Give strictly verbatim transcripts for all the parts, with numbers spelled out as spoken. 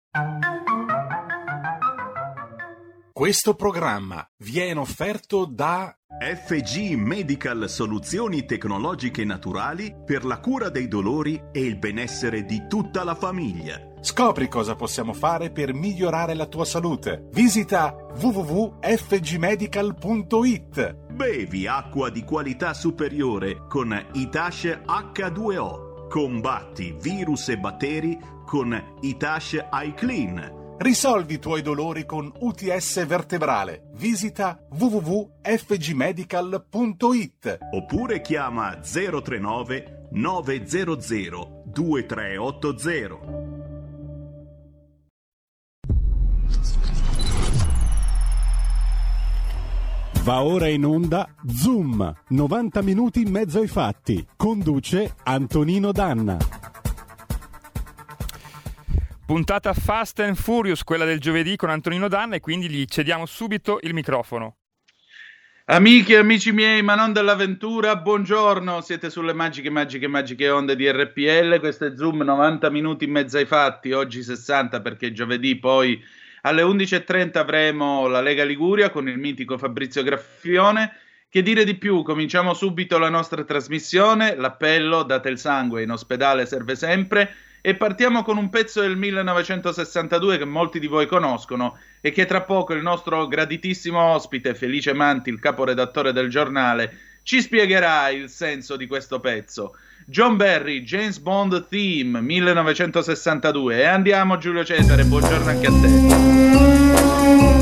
Questo programma viene offerto da F G Medical Soluzioni Tecnologiche Naturali per la cura dei dolori e il benessere di tutta la famiglia. Scopri cosa possiamo fare per migliorare la tua salute. Visita w w w punto f g medical punto i t. Bevi acqua di qualità superiore con Itash acca due o. Combatti virus e batteri con Itash iClean. Risolvi i tuoi dolori con U T S vertebrale. Visita w w w punto f g medical punto i t. Oppure chiama zero tre nove nove zero zero due tre otto zero. Va ora in onda Zoom, novanta minuti in mezzo ai fatti. Conduce Antonino Danna. Puntata Fast and Furious, quella del giovedì con Antonino Danna, e quindi gli cediamo subito il microfono. Amiche e amici miei, ma non dell'avventura, buongiorno, siete sulle magiche, magiche, magiche onde di R P L, questo è Zoom, novanta minuti in mezzo ai fatti, oggi sessanta perché giovedì, poi alle undici e trenta avremo la Lega Liguria con il mitico Fabrizio Graffione. Che dire di più? Cominciamo subito la nostra trasmissione, l'appello date il sangue, in ospedale serve sempre. E partiamo con un pezzo del millenovecentosessantadue che molti di voi conoscono e che tra poco il nostro graditissimo ospite Felice Manti, il caporedattore del giornale, ci spiegherà il senso di questo pezzo. John Barry, James Bond Theme, millenovecentosessantadue. E andiamo, Giulio Cesare, buongiorno anche a te.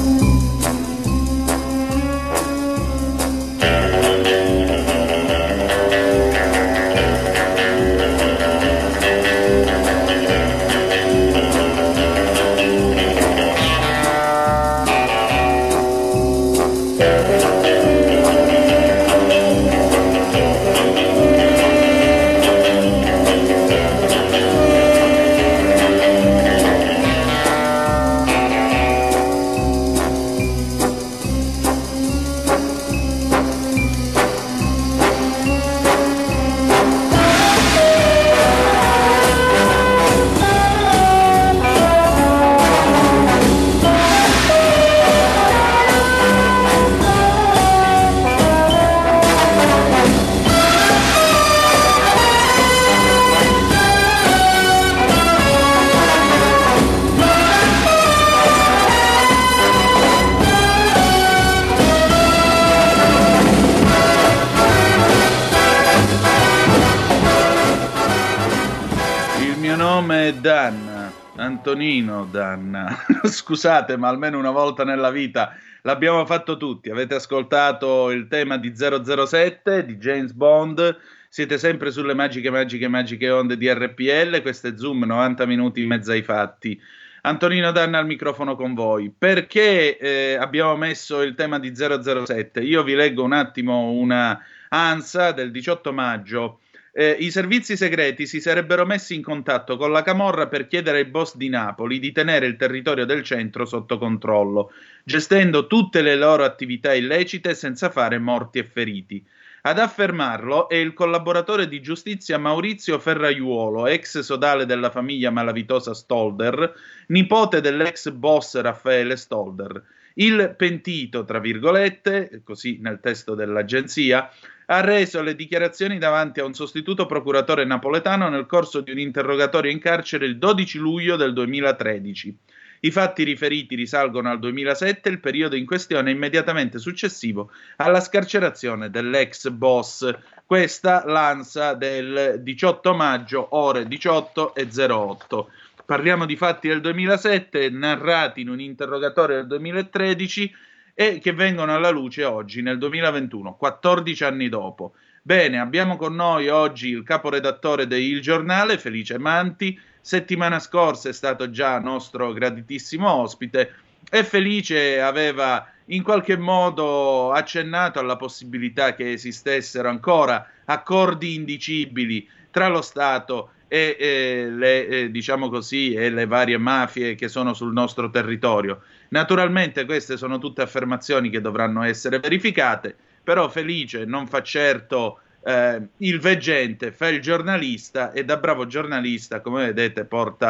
Danna, Antonino Danna, scusate ma almeno una volta nella vita l'abbiamo fatto tutti, avete ascoltato il tema di zero zero sette di James Bond, siete sempre sulle magiche magiche magiche onde di R P L, questo è Zoom, novanta minuti in mezzo ai fatti. Antonino Danna al microfono con voi. Perché eh, abbiamo messo il tema di zero zero sette? Io vi leggo un attimo una ANSA del diciotto maggio. Eh, I servizi segreti si sarebbero messi in contatto con la Camorra per chiedere ai boss di Napoli di tenere il territorio del centro sotto controllo, gestendo tutte le loro attività illecite senza fare morti e feriti. Ad affermarlo è il collaboratore di giustizia Maurizio Ferraiuolo, ex sodale della famiglia malavitosa Stolder, nipote dell'ex boss Raffaele Stolder. Il pentito, tra virgolette, così nel testo dell'agenzia, ha reso le dichiarazioni davanti a un sostituto procuratore napoletano nel corso di un interrogatorio in carcere il dodici luglio del duemilatredici. I fatti riferiti risalgono al duemilasette, il periodo in questione è immediatamente successivo alla scarcerazione dell'ex boss. Questa l'ANSA del diciotto maggio, ore diciotto e zero otto. Parliamo di fatti del duemilasette, narrati in un interrogatorio del duemilatredici e che vengono alla luce oggi, nel duemilaventuno, quattordici anni dopo. Bene, abbiamo con noi oggi il caporedattore di Il Giornale, Felice Manti. Settimana scorsa è stato già nostro graditissimo ospite e Felice aveva in qualche modo accennato alla possibilità che esistessero ancora accordi indicibili tra lo Stato e eh, le, eh, diciamo così, e le varie mafie che sono sul nostro territorio. Naturalmente queste sono tutte affermazioni che dovranno essere verificate, però Felice non fa certo eh, il veggente, fa il giornalista e da bravo giornalista, come vedete, porta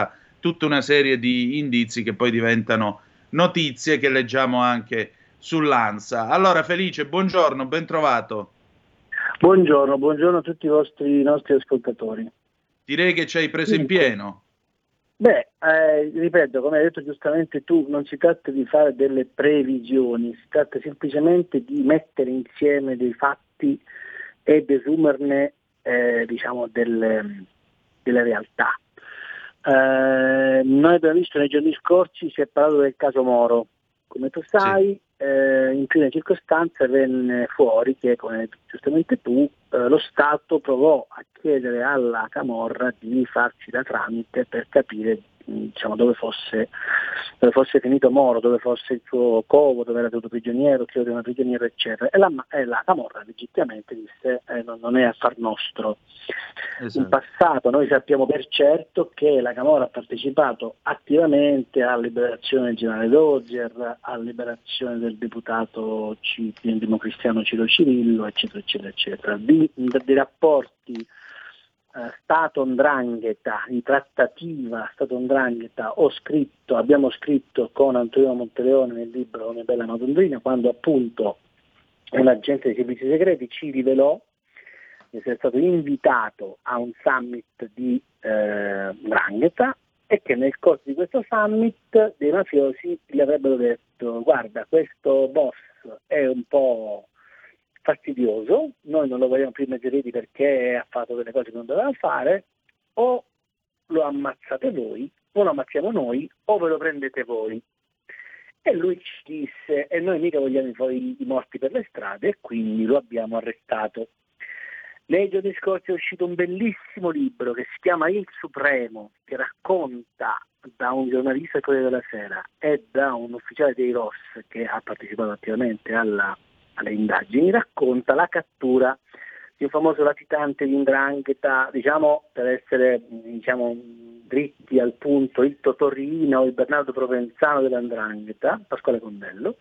tutta una serie di indizi che poi diventano notizie che leggiamo anche sull'ANSA. Allora Felice, buongiorno, ben trovato. Buongiorno, buongiorno a tutti i vostri i nostri ascoltatori. Direi che ci hai preso in pieno. Beh, eh, ripeto, come hai detto giustamente tu, non si tratta di fare delle previsioni, si tratta semplicemente di mettere insieme dei fatti e desumerne eh, diciamo delle, delle realtà. Eh, noi abbiamo visto nei giorni scorsi, si è parlato del caso Moro. Come tu sai, sì. eh, in prima circostanza venne fuori che, come hai detto giustamente tu, eh, lo Stato provò a chiedere alla Camorra di farsi da tramite per capire diciamo, dove fosse, dove fosse finito Moro, dove fosse il suo covo, dove era stato prigioniero, chi era prigioniero, eccetera. E la, e la Camorra legittimamente disse eh, non, non è affar nostro. Esatto. In passato noi sappiamo per certo che la Camorra ha partecipato attivamente alla liberazione del generale Dozier, alla liberazione del deputato C- democristiano Ciro Cirillo, eccetera, eccetera, eccetera. Di, di rapporti Uh, Stato 'ndrangheta, in trattativa Stato 'ndrangheta ho scritto, abbiamo scritto con Antonino Monteleone nel libro Una bella madondrina, quando appunto un agente dei servizi segreti ci rivelò di essere stato invitato a un summit di eh, 'ndrangheta e che nel corso di questo summit dei mafiosi gli avrebbero detto: guarda, questo boss è un po' fastidioso, noi non lo vogliamo più in mezzo ai piedi perché ha fatto delle cose che non doveva fare, o lo ammazzate voi, o lo ammazziamo noi, o ve lo prendete voi. E lui ci disse: e noi mica vogliamo i, i morti per le strade, e quindi lo abbiamo arrestato. Nei giorni scorsi è uscito un bellissimo libro che si chiama Il Supremo, che racconta da un giornalista del Corriere della Sera e da un ufficiale dei R O S che ha partecipato attivamente alla alle indagini, racconta la cattura di un famoso latitante di 'ndrangheta, diciamo per essere diciamo dritti al punto, il Totorino, il Bernardo Provenzano della 'ndrangheta, Pasquale Condello,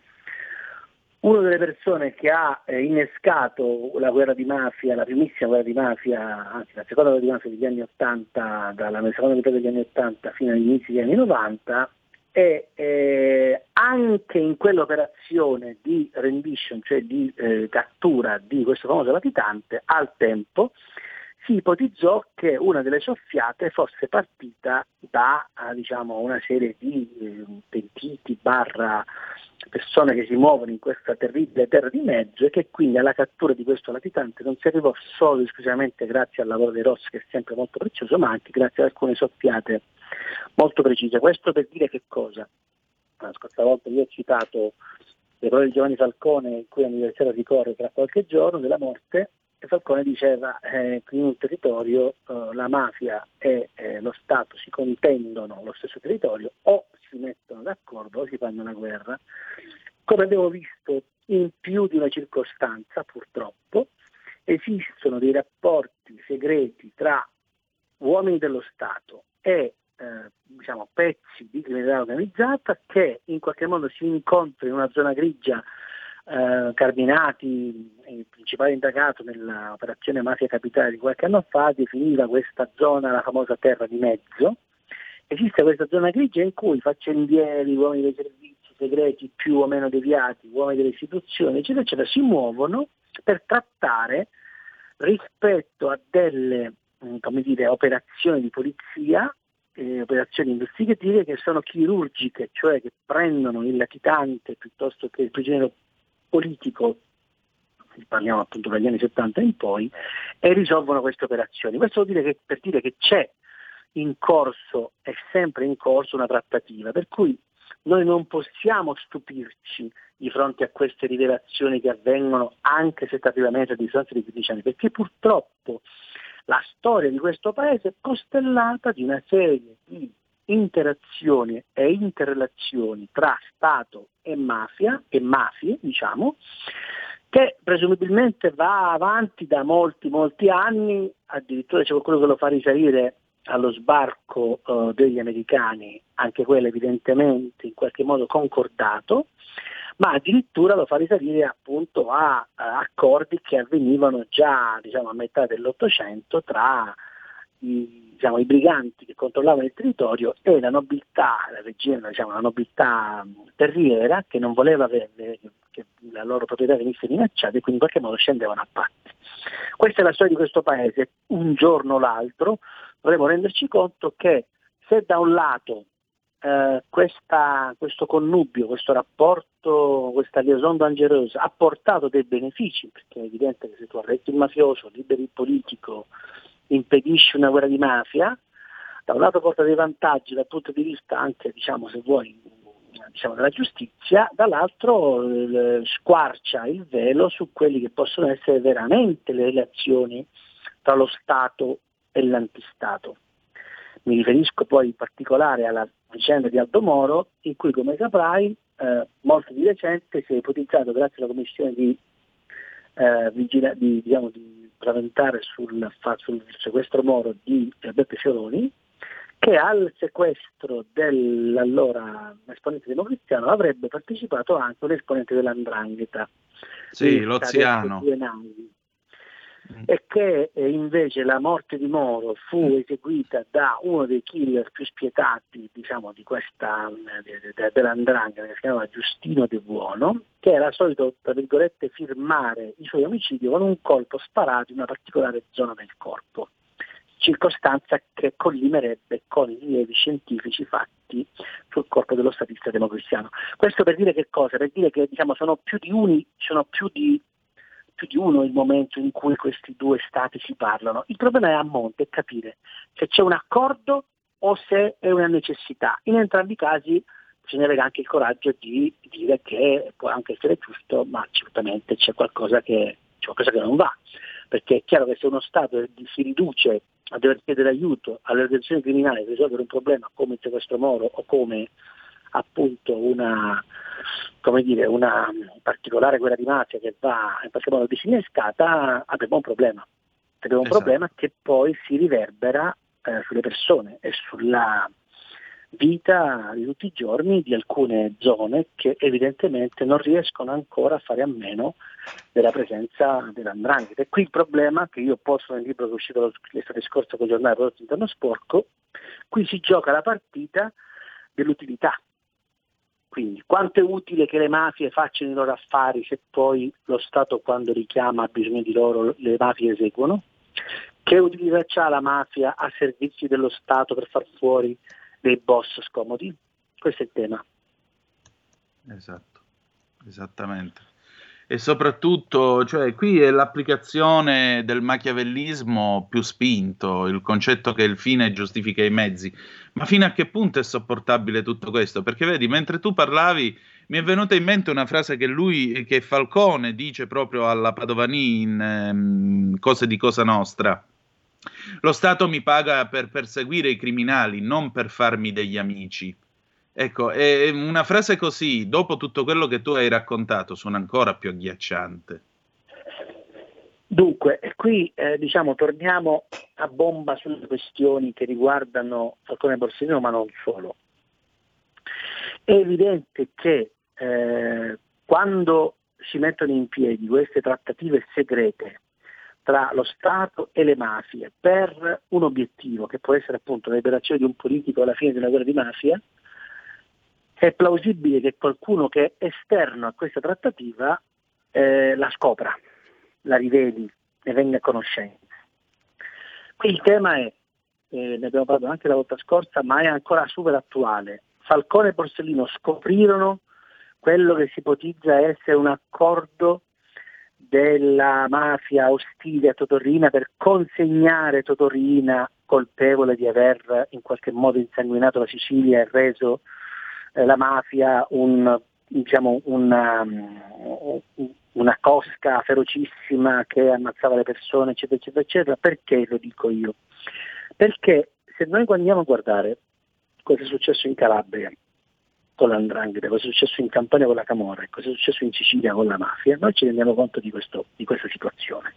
una delle persone che ha eh, innescato la guerra di mafia, la primissima guerra di mafia, anzi la seconda guerra di mafia degli anni ottanta, dalla seconda metà degli anni ottanta fino agli inizi degli anni novanta, e eh, anche in quell'operazione di rendition, cioè di eh, cattura di questo famoso latitante, al tempo si ipotizzò che una delle soffiate fosse partita da eh, diciamo una serie di eh, pentiti barra persone che si muovono in questa terribile terra di mezzo, e che quindi alla cattura di questo latitante non si arrivò solo e esclusivamente grazie al lavoro dei R O S, che è sempre molto prezioso, ma anche grazie ad alcune soffiate molto precise. Questo per dire che cosa? La scorsa volta io ho citato le parole di Giovanni Falcone, in cui l'anniversario ricorre tra qualche giorno della morte, e Falcone diceva eh, che in un territorio eh, la mafia e eh, lo Stato si contendono lo stesso territorio, o si mettono d'accordo o si fanno la guerra. Come abbiamo visto in più di una circostanza, purtroppo, esistono dei rapporti segreti tra uomini dello Stato e eh, diciamo pezzi di criminalità organizzata che in qualche modo si incontrano in una zona grigia. Eh, Carminati, il principale indagato nell'operazione Mafia Capitale di qualche anno fa, definiva questa zona la famosa terra di mezzo. Esiste questa zona grigia in cui faccendieri, uomini dei servizi segreti più o meno deviati, uomini delle istituzioni, eccetera, eccetera, si muovono per trattare rispetto a delle come dire, operazioni di polizia, eh, operazioni investigative che sono chirurgiche, cioè che prendono il latitante piuttosto che il prigioniero politico, parliamo appunto dagli anni settanta in poi, e risolvono queste operazioni. Questo vuol dire che, per dire che c'è in corso, è sempre in corso una trattativa, per cui noi non possiamo stupirci di fronte a queste rivelazioni che avvengono anche se tardivamente a distanza di quindici anni, perché purtroppo la storia di questo paese è costellata di una serie di interazioni e interrelazioni tra Stato e mafia, e mafie, diciamo, che presumibilmente va avanti da molti, molti anni, addirittura c'è qualcuno che lo fa risalire allo sbarco uh, degli americani, anche quello evidentemente in qualche modo concordato, ma addirittura lo fa risalire appunto a, a accordi che avvenivano già diciamo a metà dell'Ottocento tra i, diciamo, i briganti che controllavano il territorio e la nobiltà, la regina, diciamo, la nobiltà terriera che non voleva avere, che la loro proprietà venisse minacciata e quindi in qualche modo scendevano a patti. Questa è la storia di questo paese. Un giorno o l'altro dovremo renderci conto che se da un lato eh, questa, questo connubio, questo rapporto, questa liaison dangereuse ha portato dei benefici, perché è evidente che se tu arresti il mafioso, liberi il politico, impedisci una guerra di mafia, da un lato porta dei vantaggi dal punto di vista anche, diciamo, se vuoi, diciamo, della giustizia, dall'altro eh, squarcia il velo su quelli che possono essere veramente le relazioni tra lo Stato e l'antistato. Mi riferisco poi in particolare alla vicenda di Aldo Moro, in cui, come saprai, eh, molto di recente si è ipotizzato, grazie alla commissione di, eh, vigila- di, diciamo, di parlamentare sul, sul sequestro Moro di eh, Beppe Fioroni, che al sequestro dell'allora esponente democristiano avrebbe partecipato anche un esponente dell'Andrangheta, sì, Loziano, due navi, e che eh, invece la morte di Moro fu eseguita da uno dei killer più spietati, diciamo, di questa de, de, dell'Andrangheta, che si chiamava Giustino De Buono, che era solito, tra virgolette, firmare i suoi omicidi con un colpo sparato in una particolare zona del corpo, circostanza che collimerebbe con i rilievi scientifici fatti sul corpo dello statista democristiano. Questo per dire che cosa? Per dire che, diciamo, sono più di uni, sono più di più di uno il momento in cui questi due stati si parlano. Il problema è a monte, è capire se c'è un accordo o se è una necessità. In entrambi i casi bisogna avere anche il coraggio di dire che può anche essere giusto, ma certamente c'è qualcosa che, c'è qualcosa che non va, perché è chiaro che se uno Stato si riduce a dover chiedere aiuto alle organizzazioni criminali per risolvere un problema come il sequestro Moro o come appunto una, come dire, una particolare guerra di mafia che va in qualche modo disinnescata, abbiamo un problema. Abbiamo un esatto. problema che poi si riverbera eh, sulle persone e sulla vita di tutti i giorni di alcune zone che evidentemente non riescono ancora a fare a meno della presenza dell'Andrangheta. E qui il problema che io posto nel libro che è uscito l'estate scorsa con il giornale Prodotto Interno Sporco, qui si gioca la partita dell'utilità. Quindi quanto è utile che le mafie facciano i loro affari se poi lo Stato, quando richiama, ha bisogno di loro, le mafie eseguono? Che utilità c'ha la mafia a servizi dello Stato per far fuori dei boss scomodi? Questo è il tema. Esatto, esattamente. E soprattutto, cioè, qui è l'applicazione del machiavellismo più spinto, il concetto che il fine giustifica i mezzi. Ma fino a che punto è sopportabile tutto questo? Perché vedi, mentre tu parlavi, mi è venuta in mente una frase che lui, che Falcone dice proprio alla Padovani in ehm, Cose di Cosa Nostra. Lo Stato mi paga per perseguire i criminali, non per farmi degli amici. Ecco, è una frase così, dopo tutto quello che tu hai raccontato, suona ancora più agghiacciante. Dunque, qui eh, diciamo torniamo a bomba sulle questioni che riguardano Falcone e Borsellino, ma non solo. È evidente che eh, quando si mettono in piedi queste trattative segrete tra lo Stato e le mafie per un obiettivo che può essere appunto la liberazione di un politico alla fine di una guerra di mafia, è plausibile che qualcuno che è esterno a questa trattativa eh, la scopra, la riveli, ne venga a conoscenza. Qui il tema è, eh, ne abbiamo parlato anche la volta scorsa, ma è ancora super attuale. Falcone e Borsellino scoprirono quello che si ipotizza essere un accordo della mafia ostile a Totò Riina per consegnare Totò Riina colpevole di aver in qualche modo insanguinato la Sicilia e reso eh, la mafia un, diciamo, una, una cosca ferocissima che ammazzava le persone, eccetera, eccetera, eccetera. Perché lo dico io? Perché se noi andiamo a guardare cosa è successo in Calabria con l'Andrangheta, cosa è successo in Campania con la Camorra e cosa è successo in Sicilia con la mafia, noi ci rendiamo conto di, questo, di questa situazione.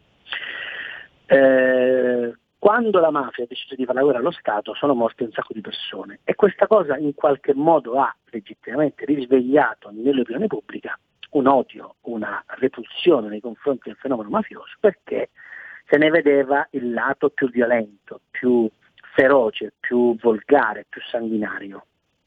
Eh, quando la mafia ha deciso di fare la guerra allo Stato sono morte un sacco di persone e questa cosa in qualche modo ha legittimamente risvegliato nell'opinione pubblica un odio, una repulsione nei confronti del fenomeno mafioso, perché se ne vedeva il lato più violento, più feroce, più volgare, più sanguinario.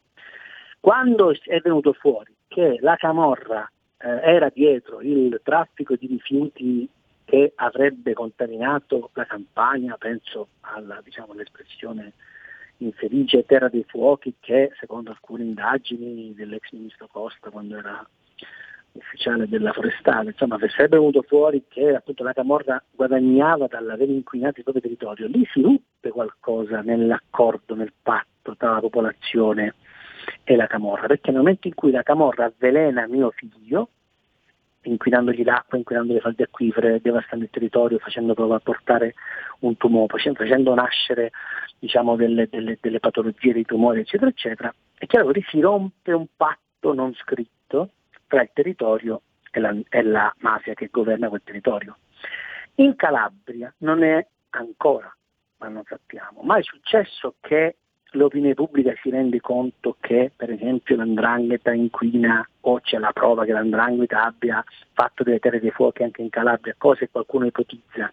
Quando è venuto fuori che la camorra eh, era dietro il traffico di rifiuti che avrebbe contaminato la Campania, penso alla, diciamo, all'espressione infelice terra dei fuochi, che secondo alcune indagini dell'ex ministro Costa quando era ufficiale della forestale, insomma, se sarebbe venuto fuori che appunto la camorra guadagnava dall'aver inquinato il proprio territorio, lì si ruppe qualcosa nell'accordo, nel patto tra la popolazione e la camorra, perché nel momento in cui la camorra avvelena mio figlio, inquinandogli l'acqua, inquinando le falde acquifere, devastando il territorio, facendo prova a portare un tumore, facendo nascere, diciamo, delle, delle, delle patologie dei tumori, eccetera, eccetera, è chiaro che si rompe un patto non scritto tra il territorio e la, e la mafia che governa quel territorio. In Calabria non è ancora, ma non sappiamo, mai successo che l'opinione pubblica si rende conto che per esempio l'Andrangheta inquina o c'è la prova che l'Andrangheta abbia fatto delle terre dei fuochi anche in Calabria, cose che qualcuno ipotizza.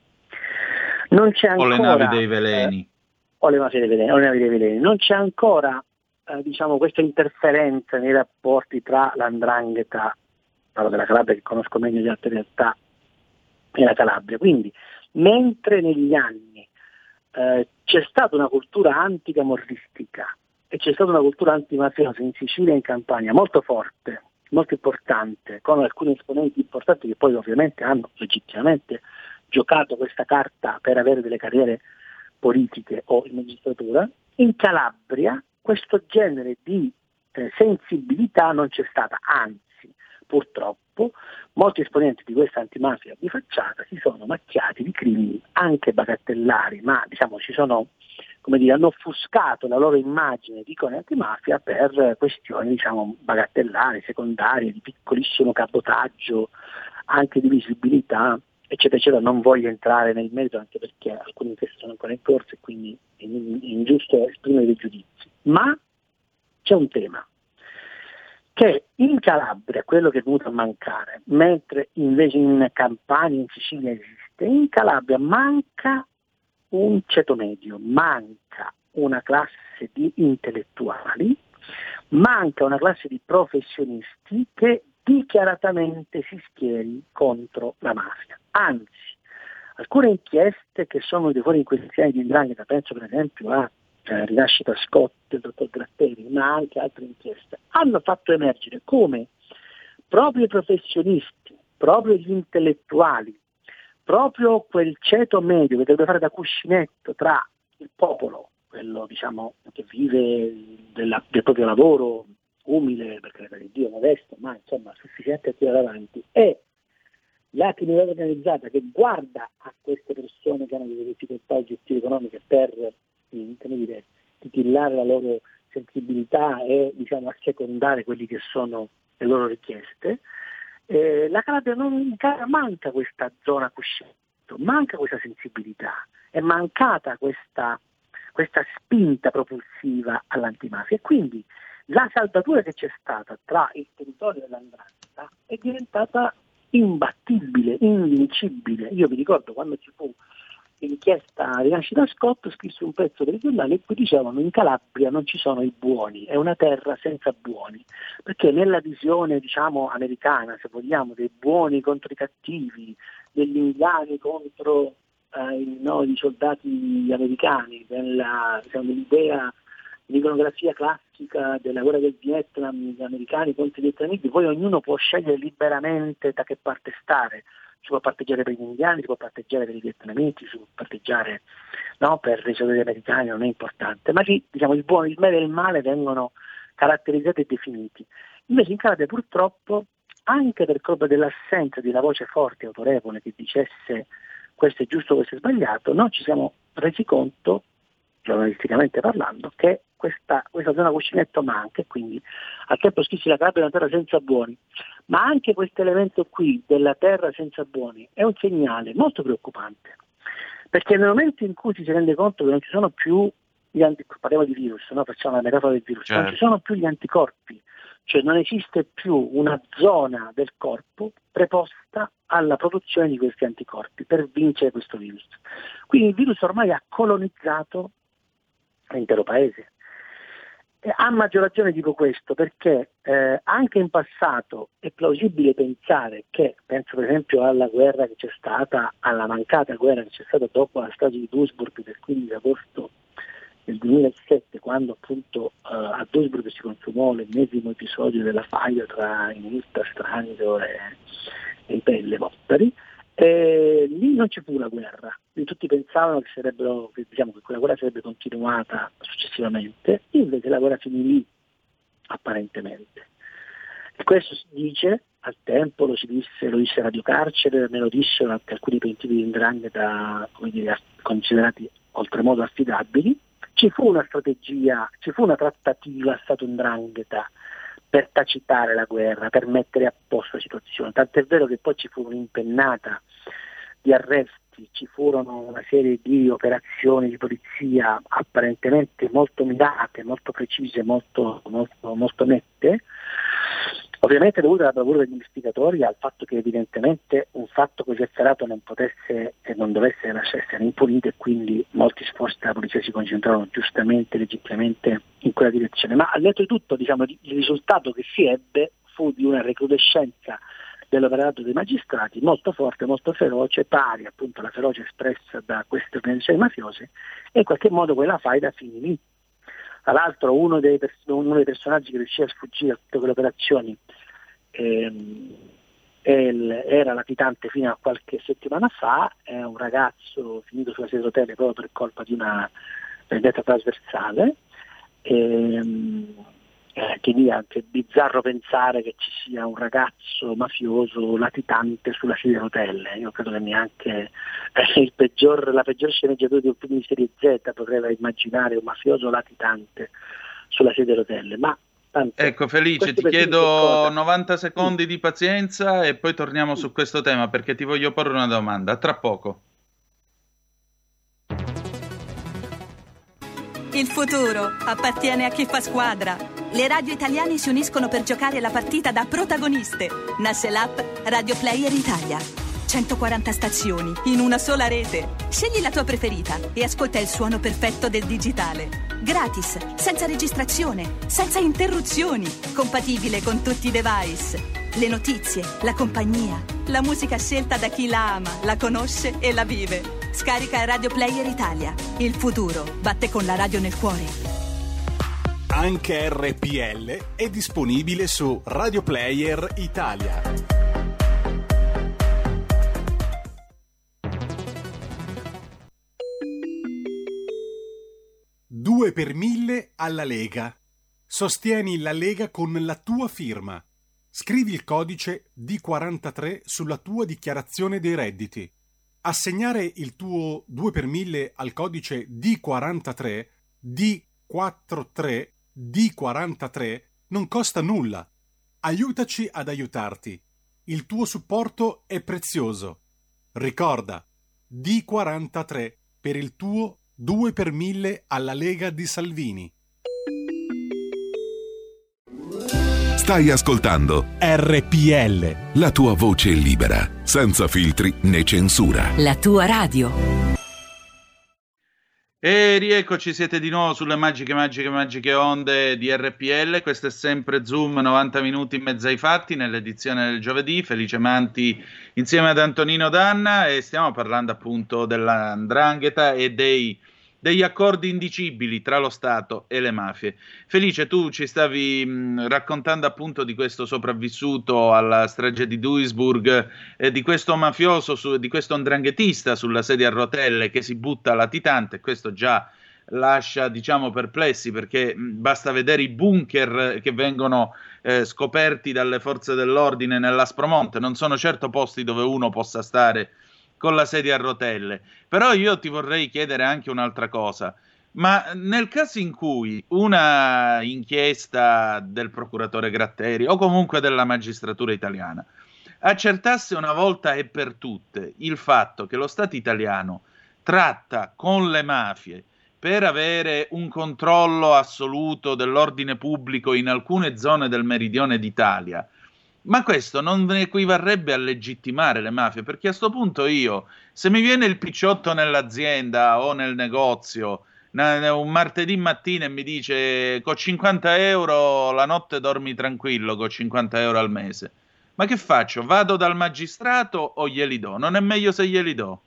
Non c'è ancora, o le navi dei veleni. Eh, o le navi dei veleni, o le navi dei veleni. Non c'è ancora eh, diciamo questa interferenza nei rapporti tra l'Andrangheta, parlo della Calabria che conosco meglio di altre realtà, e la Calabria. Quindi mentre negli anni Eh, c'è stata una cultura anticamorristica e c'è stata una cultura antimafiosa in Sicilia e in Campania molto forte, molto importante, con alcuni esponenti importanti che poi ovviamente hanno legittimamente giocato questa carta per avere delle carriere politiche o in magistratura. In Calabria questo genere di eh, sensibilità non c'è stata, anzi purtroppo molti esponenti di questa antimafia di facciata si sono macchiati di crimini anche bagattellari, ma diciamo ci sono, come dire, hanno offuscato la loro immagine di icone antimafia per questioni, diciamo, bagattellari, secondarie, di piccolissimo cabotaggio, anche di visibilità, eccetera, eccetera. Non voglio entrare nel merito anche perché alcuni inchieste sono ancora in corso e quindi è ingiusto esprimere dei giudizi. Ma c'è un tema, che in Calabria quello che è venuto a mancare, mentre invece in Campania, in Sicilia esiste, in Calabria manca un ceto medio, manca una classe di intellettuali, manca una classe di professionisti che dichiaratamente si schieri contro la mafia. Anzi, alcune inchieste che sono venute fuori in questi anni di 'ndrangheta, penso per esempio a Eh, Rinascita Scott, il dottor Gratteri, ma anche altre inchieste, hanno fatto emergere come proprio i professionisti, proprio gli intellettuali, proprio quel ceto medio che deve fare da cuscinetto tra il popolo, quello diciamo che vive della, del proprio lavoro umile, per carità di Dio, modesto, ma insomma sufficiente a tirare avanti, e la criminalità organizzata che guarda a queste persone che hanno delle difficoltà oggettive economiche per come dire, titillare la loro sensibilità e diciamo assecondare quelli che sono le loro richieste. Eh, la Calabria non manca questa zona cuscinetto, manca questa sensibilità, è mancata questa, questa spinta propulsiva all'antimafia e quindi la saldatura che c'è stata tra il territorio e l'Andrangheta è diventata imbattibile, invincibile. Io mi ricordo quando ci fu l'inchiesta Rinascita Scott, scrisse un pezzo per i giornali in cui dicevano in Calabria non ci sono i buoni, è una terra senza buoni, perché nella visione diciamo americana, se vogliamo, dei buoni contro i cattivi, degli indiani contro eh, i, no, i soldati americani, della, diciamo, dell'idea, l'iconografia classica della guerra del Vietnam, gli americani contro i vietnamiti, poi ognuno può scegliere liberamente da che parte stare. Si può parteggiare per gli indiani, si può parteggiare per i vietnamiti, si può parteggiare no, per i soldati americani, non è importante, ma lì diciamo, il buono, il bene e il male vengono caratterizzati e definiti. Invece in Calabria purtroppo, anche per colpa dell'assenza di una voce forte e autorevole che dicesse questo è giusto, questo è sbagliato, non ci siamo resi conto, giornalisticamente parlando, che questa, questa zona cuscinetto manca e quindi al tempo scrissi la Calabria è una terra senza buoni, ma anche questo elemento qui della terra senza buoni è un segnale molto preoccupante, perché nel momento in cui ci si rende conto che non ci sono più gli anticorpi, parliamo di virus, no? Facciamo la metafora del virus, certo. Non ci sono più gli anticorpi cioè non esiste più una zona del corpo preposta alla produzione di questi anticorpi per vincere questo virus. Quindi il virus ormai ha colonizzato l'intero paese. E a maggior ragione dico questo perché eh, anche in passato è plausibile pensare che, penso per esempio alla guerra che c'è stata, alla mancata guerra che c'è stata dopo la strage di Duisburg del quindici agosto del duemilasette, quando appunto uh, a Duisburg si consumò l'ennesimo episodio della faida tra i milita Strangio e, e i Pellemottari, e lì non ci fu la guerra, quindi tutti pensavano che, sarebbero, che, diciamo, che quella guerra sarebbe continuata successivamente, invece la guerra finì lì, apparentemente. E questo si dice, al tempo lo si disse, lo disse Radio Carcere, me lo dissero anche alcuni pentiti di 'ndrangheta, come dire, considerati oltremodo affidabili. Ci fu una strategia, ci fu una trattativa Stato-'ndrangheta per tacitare la guerra, per mettere a posto la situazione, tant'è vero che poi ci fu un'impennata di arresti, ci furono una serie di operazioni di polizia apparentemente molto mirate, molto precise, molto, molto, molto nette, ovviamente dovuto alla bravura degli investigatori, al fatto che evidentemente un fatto così efferato non potesse e non dovesse essere impunito, e quindi molti sforzi della polizia si concentrarono giustamente, legittimamente in quella direzione. Ma al netto di tutto, diciamo, il risultato che si ebbe fu di una recrudescenza dell'operato dei magistrati molto forte, molto feroce, pari appunto alla ferocia espressa da queste organizzazioni mafiose, e in qualche modo quella faida finì lì. Tra l'altro uno dei, pers- uno dei personaggi che riuscì a sfuggire a tutte quelle operazioni ehm, el- era latitante fino a qualche settimana fa, è un ragazzo finito sulla sede d'hotel proprio per colpa di una vendetta trasversale, ehm, che lì è anche bizzarro pensare che ci sia un ragazzo mafioso latitante sulla sedia a rotelle. Io credo che neanche eh, il peggior, la peggior sceneggiatura di un film di serie Z potrebbe immaginare un mafioso latitante sulla sedia a rotelle. Ma tanto, ecco Felice, ti chiedo novanta secondi sì. di pazienza e poi torniamo sì. su questo tema, perché ti voglio porre una domanda. Tra poco. Il futuro appartiene a chi fa squadra. Le radio italiane si uniscono per giocare la partita da protagoniste. Nasce l'app Radio Player Italia. centoquaranta stazioni in una sola rete. Scegli la tua preferita e ascolta il suono perfetto del digitale. Gratis, senza registrazione, senza interruzioni. Compatibile con tutti i device. Le notizie, la compagnia, la musica scelta da chi la ama, la conosce e la vive. Scarica Radio Player Italia. Il futuro batte con la radio nel cuore. Anche R P L è disponibile su Radio Player Italia. due per mille alla Lega. Sostieni la Lega con la tua firma. Scrivi il codice D quarantatré sulla tua dichiarazione dei redditi. Assegnare il tuo due per mille al codice D quarantatré, D quarantatré, D quarantatré non costa nulla. Aiutaci ad aiutarti. Il tuo supporto è prezioso. Ricorda, D quarantatré per il tuo due per mille alla Lega di Salvini. Stai ascoltando R P L, la tua voce libera, senza filtri né censura. La tua radio. E rieccoci, siete di nuovo sulle magiche, magiche, magiche onde di R P L. Questo è sempre Zoom, novanta minuti in mezzo ai fatti, nell'edizione del giovedì. Felice Manti insieme ad Antonino Danna, e stiamo parlando appunto della 'ndrangheta e dei, degli accordi indicibili tra lo Stato e le mafie. Felice, tu ci stavi mh, raccontando appunto di questo sopravvissuto alla strage di Duisburg, eh, di questo mafioso, su, di questo 'ndranghetista sulla sedia a rotelle che si butta latitante. Questo già lascia, diciamo, perplessi, perché mh, basta vedere i bunker che vengono eh, scoperti dalle forze dell'ordine nell'Aspromonte. Non sono certo posti dove uno possa stare con la sedia a rotelle. Però io ti vorrei chiedere anche un'altra cosa. Ma nel caso in cui una inchiesta del procuratore Gratteri o comunque della magistratura italiana accertasse una volta e per tutte il fatto che lo Stato italiano tratta con le mafie per avere un controllo assoluto dell'ordine pubblico in alcune zone del meridione d'Italia. Ma questo non equivarrebbe a legittimare le mafie, perché a sto punto io, se mi viene il picciotto nell'azienda o nel negozio un martedì mattina e mi dice con cinquanta euro la notte dormi tranquillo, con cinquanta euro al mese, ma che faccio? Vado dal magistrato o glieli do? Non è meglio se glieli do?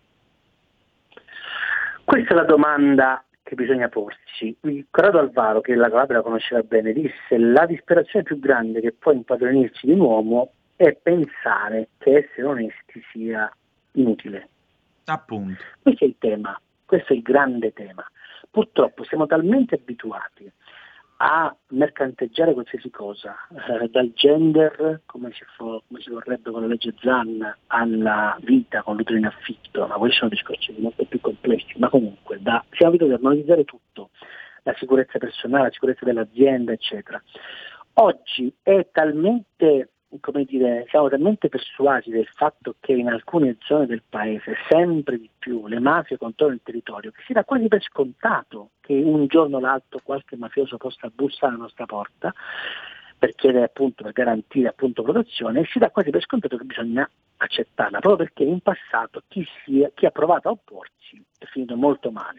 Questa è la domanda che bisogna porsi. Corrado Alvaro, che la Calabria conosceva bene, disse: la disperazione più grande che può impadronirsi di un uomo è pensare che essere onesti sia inutile. Appunto. Questo è il tema, questo è il grande tema. Purtroppo siamo talmente abituati a mercanteggiare qualsiasi cosa, eh, dal gender, come si, fo, come si vorrebbe con la legge Zan, alla vita con l'utero in affitto, ma questi sono discorsi molto più complessi, ma comunque da, siamo abituati a monetizzare tutto, la sicurezza personale, la sicurezza dell'azienda, eccetera. Oggi è talmente, come dire, siamo talmente persuasi del fatto che in alcune zone del paese sempre di più le mafie controllano il territorio, che si dà quasi per scontato che un giorno o l'altro qualche mafioso possa bussare alla nostra porta per chiedere, appunto, per garantire appunto protezione, e si dà quasi per scontato che bisogna accettarla, proprio perché in passato chi, sia, chi ha provato a opporsi è finito molto male.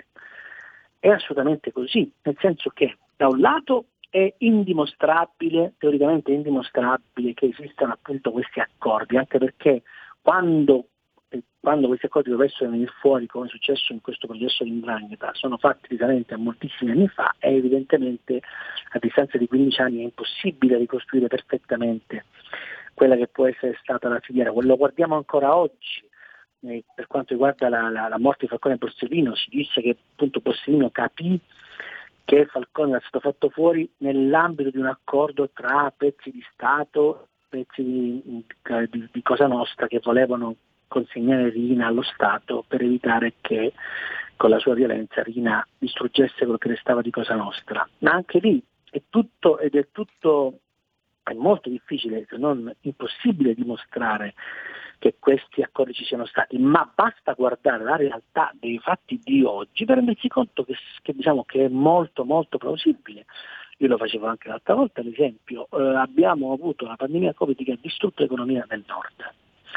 È assolutamente così, nel senso che da un lato è indimostrabile, teoricamente indimostrabile, che esistano appunto questi accordi, anche perché quando, eh, quando questi accordi dovessero venire fuori, come è successo in questo processo di 'ndrangheta, sono fatti risalenti a moltissimi anni fa, e evidentemente a distanza di quindici anni è impossibile ricostruire perfettamente quella che può essere stata la filiera. Lo guardiamo ancora oggi. Eh, per quanto riguarda la, la, la morte di Falcone e Borsellino, si disse che appunto Borsellino capì che Falcone era stato fatto fuori nell'ambito di un accordo tra pezzi di Stato, pezzi di, di, di Cosa Nostra, che volevano consegnare Riina allo Stato per evitare che con la sua violenza Riina distruggesse quello che restava di Cosa Nostra. Ma anche lì è tutto, ed è tutto, è molto difficile, se non impossibile, dimostrare che questi accordi ci siano stati, ma basta guardare la realtà dei fatti di oggi per rendersi conto che, che, diciamo, che è molto molto plausibile. Io lo facevo anche l'altra volta, ad esempio, eh, abbiamo avuto la pandemia Covid che ha distrutto l'economia del Nord.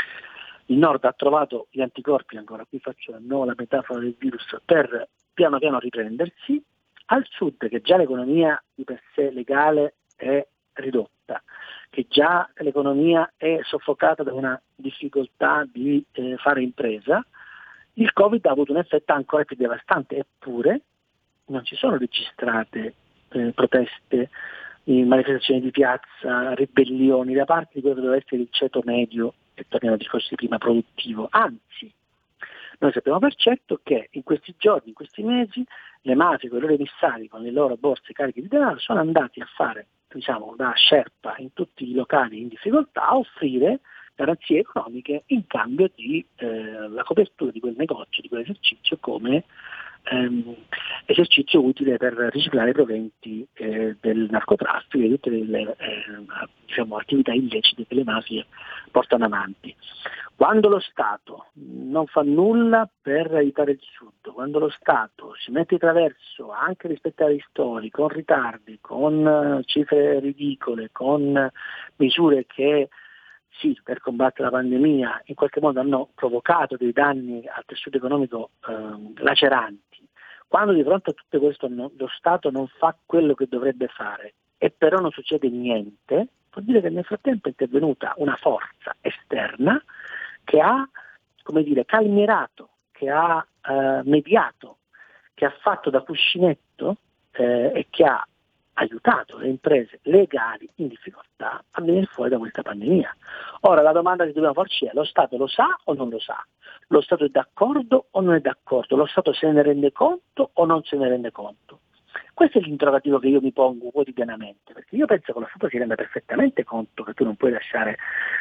Il Nord ha trovato gli anticorpi, ancora qui faccio no, la metafora del virus, per piano piano riprendersi. Al Sud, che già l'economia di per sé legale è ridotta, che già l'economia è soffocata da una difficoltà di eh, fare impresa, il Covid ha avuto un effetto ancora più devastante, eppure non ci sono registrate eh, proteste, eh, manifestazioni di piazza, ribellioni da parte di quello che deve essere il ceto medio, e torniamo al discorso di prima, produttivo. Anzi, noi sappiamo per certo che in questi giorni, in questi mesi, le mafie con i loro emissari, con le loro borse cariche di denaro, sono andati a fare, diciamo, da sherpa in tutti i locali in difficoltà, a offrire garanzie economiche in cambio di eh, la copertura di quel negozio, di quell'esercizio, come ehm, esercizio utile per riciclare i proventi eh, del narcotraffico e di tutte le eh, diciamo, attività illecite che le mafie portano avanti. Quando lo Stato non fa nulla per aiutare il Sud, quando lo Stato si mette di traverso anche rispetto ai ristori, con ritardi, con cifre ridicole, con misure che sì, per combattere la pandemia in qualche modo hanno provocato dei danni al tessuto economico eh, laceranti, quando di fronte a tutto questo no, lo Stato non fa quello che dovrebbe fare e però non succede niente, vuol dire che nel frattempo è intervenuta una forza esterna che ha, come dire, calmierato, che ha eh, mediato, che ha fatto da cuscinetto eh, e che ha aiutato le imprese legali in difficoltà a venire fuori da questa pandemia. Ora la domanda che dobbiamo farci è: lo Stato lo sa o non lo sa? Lo Stato è d'accordo o non è d'accordo? Lo Stato se ne rende conto o non se ne rende conto? Questo è l'interrogativo che io mi pongo quotidianamente, perché io penso che lo Stato si renda perfettamente conto che tu non puoi lasciare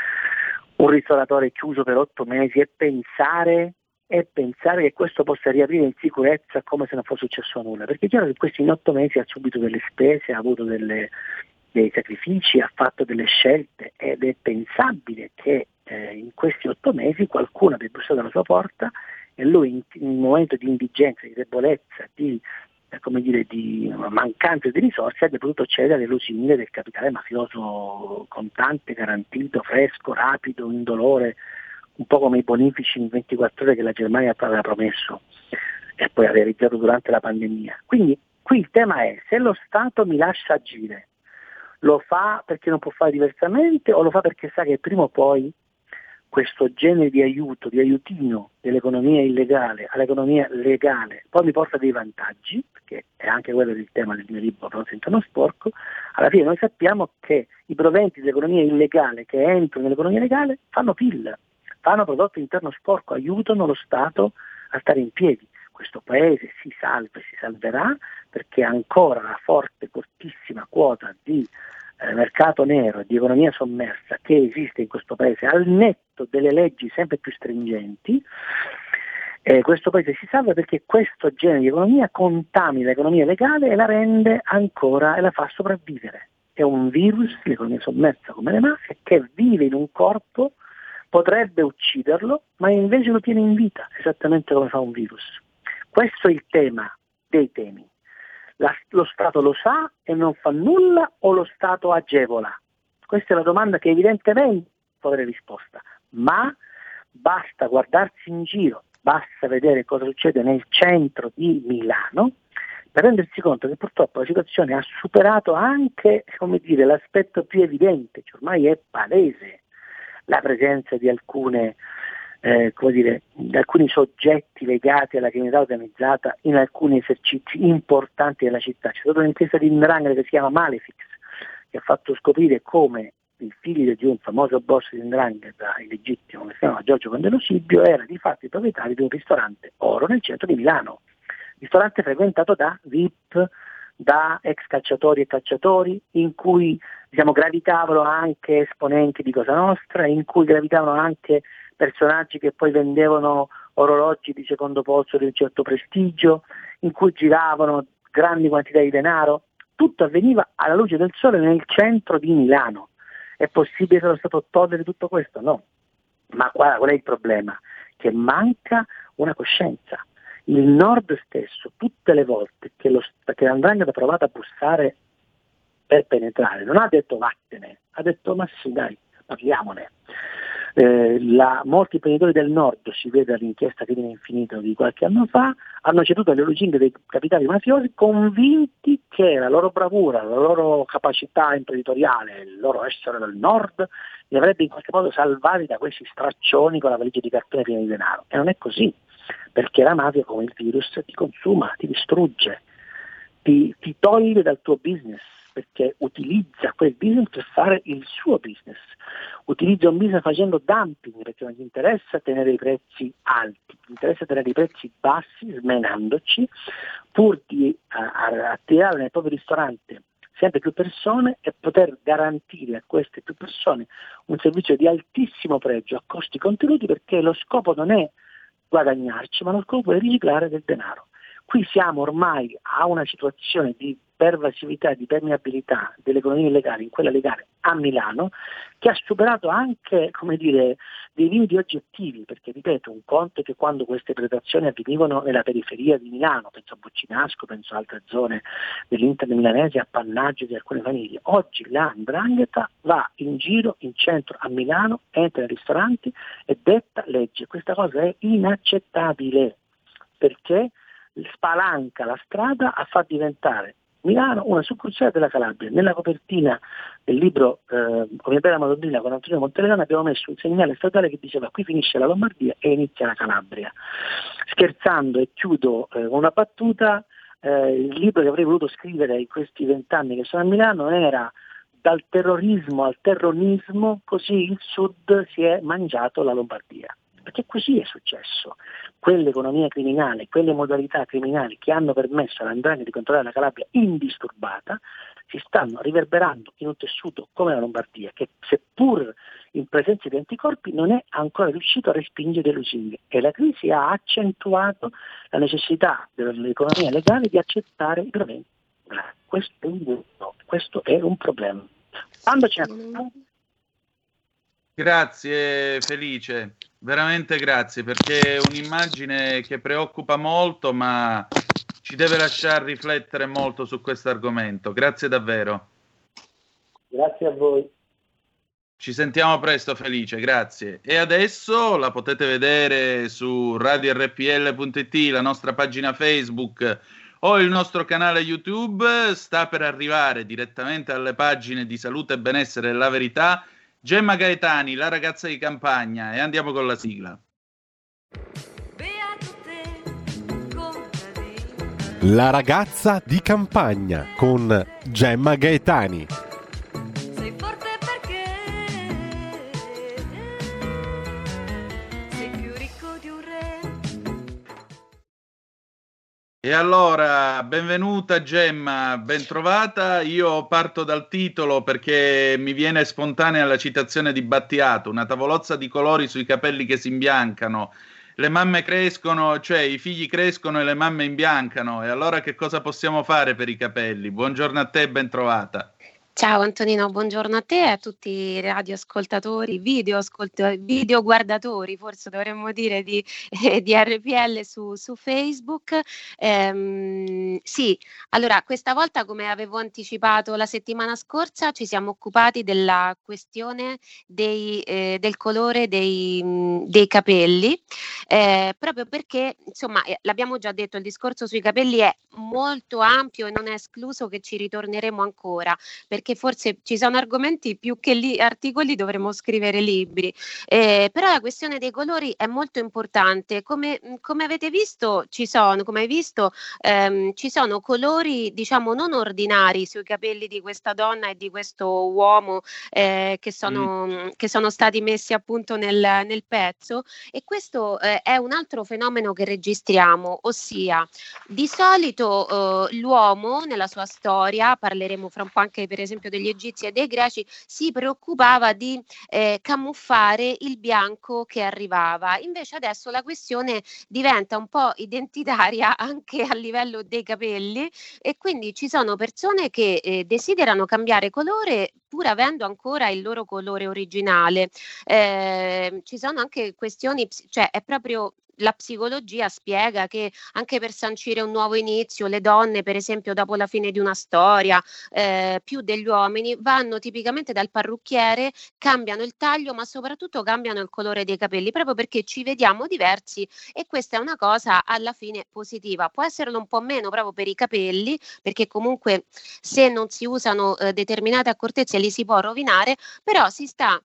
un ristoratore chiuso per otto mesi e pensare e pensare che questo possa riaprire in sicurezza come se non fosse successo nulla, perché è chiaro che questi in otto mesi ha subito delle spese, ha avuto delle, dei sacrifici, ha fatto delle scelte, ed è pensabile che eh, in questi otto mesi qualcuno abbia bussato alla sua porta e lui in, in un momento di indigenza, di debolezza, di, eh, come dire, di mancanza di risorse abbia potuto accedere alle lusinghe del capitale mafioso contante, garantito, fresco, rapido, indolore, un po' come i bonifici in ventiquattro ore che la Germania aveva promesso e poi ha realizzato durante la pandemia. Quindi qui il tema è: se lo Stato mi lascia agire, lo fa perché non può fare diversamente o lo fa perché sa che prima o poi questo genere di aiuto, di aiutino dell'economia illegale all'economia legale poi mi porta dei vantaggi, perché è anche quello del tema del mio libro Pronto Interno Sporco. Alla fine noi sappiamo che i proventi dell'economia illegale che entrano nell'economia legale fanno P I L, fanno prodotto interno sporco, aiutano lo Stato a stare in piedi. Questo paese si salva e si salverà perché ancora la forte, fortissima quota di eh, mercato nero e di economia sommersa che esiste in questo paese, al netto delle leggi sempre più stringenti, eh, questo paese si salva perché questo genere di economia contamina l'economia legale e la rende ancora e la fa sopravvivere. È un virus, l'economia sommersa come le mafie, che vive in un corpo, potrebbe ucciderlo, ma invece lo tiene in vita, esattamente come fa un virus. Questo è il tema dei temi. La, lo Stato lo sa e non fa nulla o lo Stato agevola? Questa è la domanda che evidentemente può avere risposta, ma basta guardarsi in giro, basta vedere cosa succede nel centro di Milano per rendersi conto che purtroppo la situazione ha superato anche, come dire, l'aspetto più evidente, cioè ormai è palese la presenza di alcune Eh, come dire, alcuni soggetti legati alla criminalità organizzata in alcuni esercizi importanti della città. C'è stata un'inchiesta di 'ndrangheta che si chiama Malefic, che ha fatto scoprire come il figlio di un famoso boss di 'ndrangheta illegittimo che si chiama Giorgio Condello-Sibbio era di fatto il proprietario di un ristorante oro nel centro di Milano, ristorante frequentato da V I P, da ex calciatori e calciatori, in cui diciamo gravitavano anche esponenti di Cosa Nostra, in cui gravitavano anche personaggi che poi vendevano orologi di secondo polso di un certo prestigio, in cui giravano grandi quantità di denaro. Tutto avveniva alla luce del sole nel centro di Milano. È possibile che lo Stato togliere tutto questo? No. Ma qual, qual è il problema? Che manca una coscienza. Il Nord stesso, tutte le volte che, lo, che l'Andrangheta ha provato a bussare per penetrare, non ha detto vattene, ha detto ma sì dai, parliamone. Eh, la, molti imprenditori del Nord, si vede dall'inchiesta Crimine Infinito di qualche anno fa, hanno ceduto alle lusinghe dei capitali mafiosi convinti che la loro bravura, la loro capacità imprenditoriale, il loro essere del Nord li avrebbe in qualche modo salvati da questi straccioni con la valigia di cartone piena di denaro. E non è così, perché la mafia, come il virus, ti consuma, ti distrugge, ti, ti toglie dal tuo business, perché utilizza quel business per fare il suo business, utilizza un business facendo dumping, perché non gli interessa tenere i prezzi alti, gli interessa tenere i prezzi bassi, smenandoci, pur di attirare nel proprio ristorante sempre più persone e poter garantire a queste più persone un servizio di altissimo pregio a costi contenuti, perché lo scopo non è guadagnarci, ma lo scopo è riciclare del denaro. Qui siamo ormai a una situazione di pervasività, di permeabilità dell'economia illegale in quella legale a Milano, che ha superato anche, come dire, dei limiti oggettivi, perché ripeto, un conto è che quando queste predazioni avvenivano nella periferia di Milano, penso a Buccinasco, penso a altre zone dell'Inter milanese, appannaggio di alcune famiglie, oggi la 'ndrangheta va in giro in centro a Milano, entra nei ristoranti e detta legge. Questa cosa è inaccettabile, perché spalanca la strada a far diventare Milano una succursale della Calabria. Nella copertina del libro eh, Come bella Madonnina con Antonio Monteledano abbiamo messo un segnale statale che diceva: qui finisce la Lombardia e inizia la Calabria. Scherzando, e chiudo eh, con una battuta, eh, il libro che avrei voluto scrivere in questi vent'anni che sono a Milano era Dal terrorismo al terrorismo, così il Sud si è mangiato la Lombardia. Perché così è successo. Quell'economia criminale, quelle modalità criminali che hanno permesso all'Andrangheta di controllare la Calabria indisturbata, si stanno riverberando in un tessuto come la Lombardia, che seppur in presenza di anticorpi non è ancora riuscito a respingere le lusinghe. E la crisi ha accentuato la necessità dell'economia legale di accettare i proventi. Questo è un, no, questo è un problema. Quando ce ne... Grazie Felice. veramente grazie, perché è un'immagine che preoccupa molto, ma ci deve lasciare riflettere molto su questo argomento. Grazie davvero. Grazie a voi. Ci sentiamo presto, Felice, grazie. E adesso la potete vedere su radio erre pi elle punto it, la nostra pagina Facebook o il nostro canale YouTube. Sta per arrivare direttamente alle pagine di Salute e Benessere e La Verità Gemma Gaetani, la ragazza di campagna, e andiamo con la sigla. La ragazza di campagna con Gemma Gaetani. Sei forte perché sei più ricco di un re. E allora, benvenuta Gemma, bentrovata. Io parto dal titolo perché mi viene spontanea la citazione di Battiato, una tavolozza di colori sui capelli che si imbiancano. Le mamme crescono, cioè i figli crescono e le mamme imbiancano. E allora che cosa possiamo fare per i capelli? Buongiorno a te, bentrovata. Ciao Antonino, buongiorno a te e a tutti i radioascoltatori, video, ascolta- video guardatori, forse dovremmo dire, di, eh, di erre pi elle su, su Facebook. Ehm, sì, allora questa volta, come avevo anticipato la settimana scorsa, ci siamo occupati della questione dei, eh, del colore dei, mh, dei capelli, eh, proprio perché, insomma, eh, l'abbiamo già detto, il discorso sui capelli è molto ampio e non è escluso che ci ritorneremo ancora, perché forse ci sono argomenti più che li, articoli, dovremmo scrivere libri, eh, però la questione dei colori è molto importante. Come, come avete visto, ci sono, come hai visto, ehm, ci sono colori, diciamo, non ordinari sui capelli di questa donna e di questo uomo, eh, che, sono, mm. che sono stati messi appunto nel, nel pezzo, e questo eh, è un altro fenomeno che registriamo, ossia di solito eh, l'uomo nella sua storia, parleremo fra un po' anche per esempio degli egizi e dei greci, si preoccupava di eh, camuffare il bianco che arrivava. Invece adesso la questione diventa un po' identitaria anche a livello dei capelli, e quindi ci sono persone che eh, desiderano cambiare colore pur avendo ancora il loro colore originale. Eh, ci sono anche questioni, cioè è proprio la psicologia spiega che anche per sancire un nuovo inizio, le donne, per esempio, dopo la fine di una storia, eh, più degli uomini, vanno tipicamente dal parrucchiere, cambiano il taglio, ma soprattutto cambiano il colore dei capelli, proprio perché ci vediamo diversi, e questa è una cosa alla fine positiva. Può esserlo un po' meno proprio per i capelli, perché comunque se non si usano eh, determinate accortezze li si può rovinare, però si sta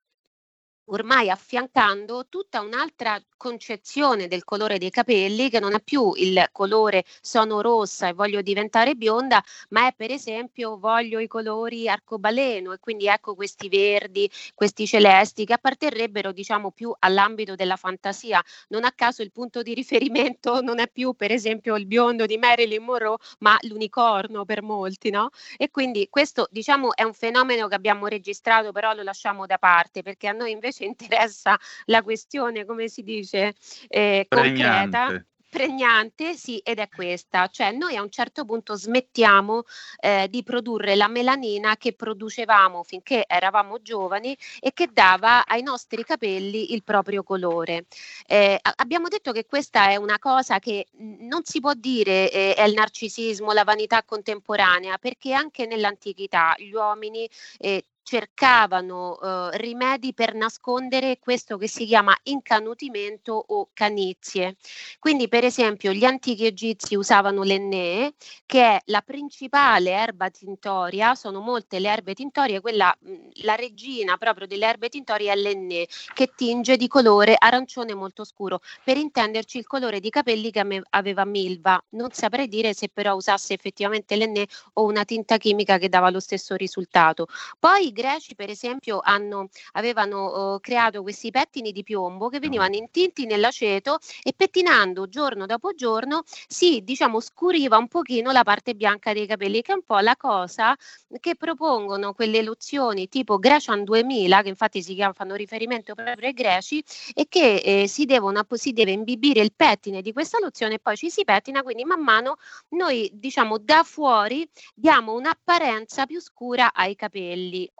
ormai affiancando tutta un'altra concezione del colore dei capelli, che non è più il colore sono rossa e voglio diventare bionda, ma è per esempio voglio i colori arcobaleno, e quindi ecco questi verdi, questi celesti, che apparterrebbero, diciamo, più all'ambito della fantasia. Non a caso il punto di riferimento non è più per esempio il biondo di Marilyn Monroe, ma l'unicorno per molti, no? E quindi questo, diciamo, è un fenomeno che abbiamo registrato, però lo lasciamo da parte, perché a noi invece interessa la questione, come si dice, eh, concreta, pregnante, sì, ed è questa, cioè noi a un certo punto smettiamo eh, di produrre la melanina che producevamo finché eravamo giovani e che dava ai nostri capelli il proprio colore. Eh, abbiamo detto che questa è una cosa che non si può dire eh, è il narcisismo, la vanità contemporanea, perché anche nell'antichità gli uomini eh, cercavano eh, rimedi per nascondere questo che si chiama incanutimento o canizie. Quindi per esempio gli antichi egizi usavano l'ennee, che è la principale erba tintoria, sono molte le erbe tintorie, quella la regina proprio delle erbe tintorie è l'ennee, che tinge di colore arancione molto scuro, per intenderci il colore di capelli che aveva Milva. Non saprei dire se però usasse effettivamente l'ennee o una tinta chimica che dava lo stesso risultato. Poi i greci per esempio hanno, avevano uh, creato questi pettini di piombo che venivano intinti nell'aceto, e pettinando giorno dopo giorno si, diciamo, scuriva un pochino la parte bianca dei capelli, che è un po' la cosa che propongono quelle lozioni tipo Grecian duemila, che infatti si chiamano, fanno riferimento proprio ai greci, e che eh, si, devono, si deve imbibire il pettine di questa lozione e poi ci si pettina, quindi man mano noi, diciamo, da fuori diamo un'apparenza più scura ai capelli.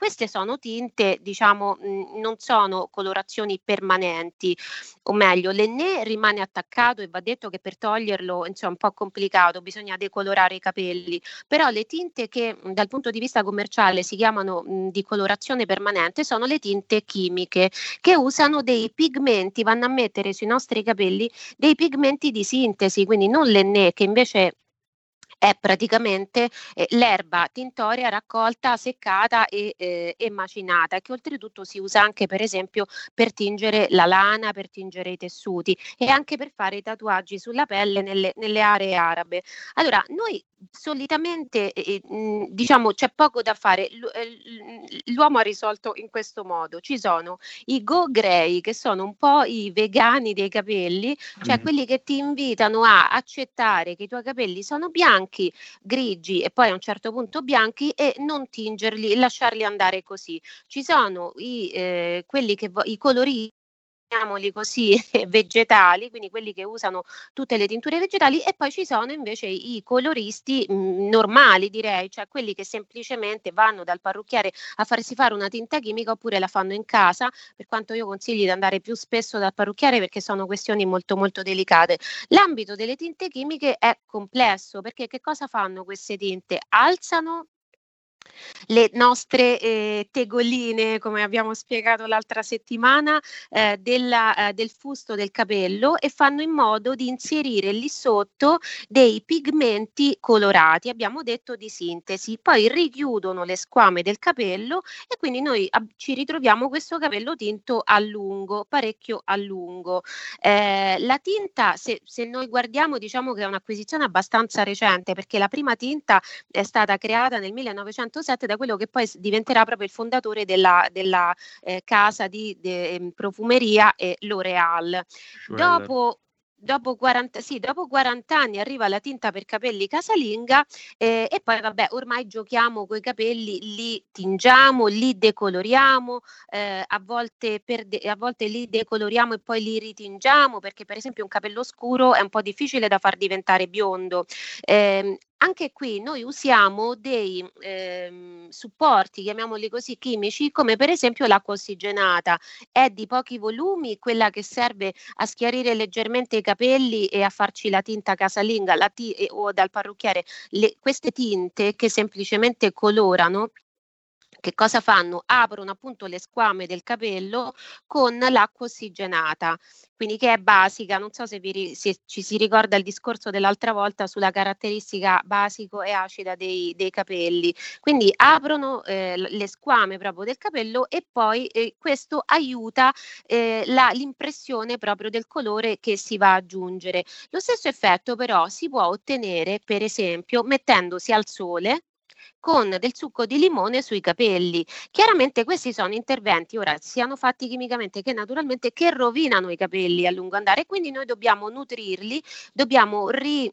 queste sono tinte, diciamo, mh, non sono colorazioni permanenti, o meglio, l'Enné rimane attaccato e va detto che per toglierlo, insomma, è un po' complicato, bisogna decolorare i capelli, però le tinte che mh, dal punto di vista commerciale si chiamano mh, di colorazione permanente sono le tinte chimiche, che usano dei pigmenti, vanno a mettere sui nostri capelli dei pigmenti di sintesi, quindi non l'Enné, che invece è praticamente eh, l'erba tintoria raccolta, seccata e, eh, e macinata, che oltretutto si usa anche per esempio per tingere la lana, per tingere i tessuti e anche per fare i tatuaggi sulla pelle nelle, nelle aree arabe. Allora, noi solitamente eh, mh, diciamo c'è poco da fare. L- eh, l'uomo ha risolto in questo modo: ci sono i go grey, che sono un po' i vegani dei capelli, cioè Mm. quelli che ti invitano a accettare che i tuoi capelli sono bianchi, grigi e poi a un certo punto bianchi e non tingerli e lasciarli andare così. Ci sono i, eh, quelli che vo- i colori, chiamiamoli così, vegetali, quindi quelli che usano tutte le tinture vegetali, e poi ci sono invece i coloristi mh, normali, direi, cioè quelli che semplicemente vanno dal parrucchiere a farsi fare una tinta chimica oppure la fanno in casa, per quanto io consigli di andare più spesso dal parrucchiere perché sono questioni molto molto delicate. L'ambito delle tinte chimiche è complesso perché che cosa fanno queste tinte? Alzano le nostre eh, tegoline, come abbiamo spiegato l'altra settimana, eh, della, eh, del fusto del capello, e fanno in modo di inserire lì sotto dei pigmenti colorati, abbiamo detto di sintesi, poi richiudono le squame del capello e quindi noi ab- ci ritroviamo questo capello tinto a lungo, parecchio a lungo. Eh, la tinta, se, se noi guardiamo, diciamo che è un'acquisizione abbastanza recente, perché la prima tinta è stata creata nel millenovecentosette da quello che poi s- diventerà proprio il fondatore della, della, eh, casa di de- ehm, profumeria, eh, L'Oréal. Schweller. Dopo Dopo quaranta, sì, dopo quaranta anni arriva la tinta per capelli casalinga, eh, e poi vabbè, ormai giochiamo coi capelli, li tingiamo, li decoloriamo, eh, a volte, per de- a volte li decoloriamo e poi li ritingiamo, perché per esempio un capello scuro è un po' difficile da far diventare biondo. Ehm, anche qui noi usiamo dei ehm, supporti, chiamiamoli così, chimici, come per esempio l'acqua ossigenata. È di pochi volumi, quella che serve a schiarire leggermente i capelli e a farci la tinta casalinga la ti- eh, o dal parrucchiere. Le- queste tinte che semplicemente colorano, che cosa fanno? Aprono appunto le squame del capello con l'acqua ossigenata, quindi che è basica. Non so se, vi ri- se ci si ricorda il discorso dell'altra volta sulla caratteristica basico e acida dei, dei capelli. Quindi aprono eh, l- le squame proprio del capello e poi eh, questo aiuta eh, la- l'impressione proprio del colore che si va ad aggiungere. Lo stesso effetto però si può ottenere per esempio mettendosi al sole con del succo di limone sui capelli. Chiaramente questi sono interventi, ora siano fatti chimicamente che naturalmente, che rovinano i capelli a lungo andare, quindi noi dobbiamo nutrirli, dobbiamo ri,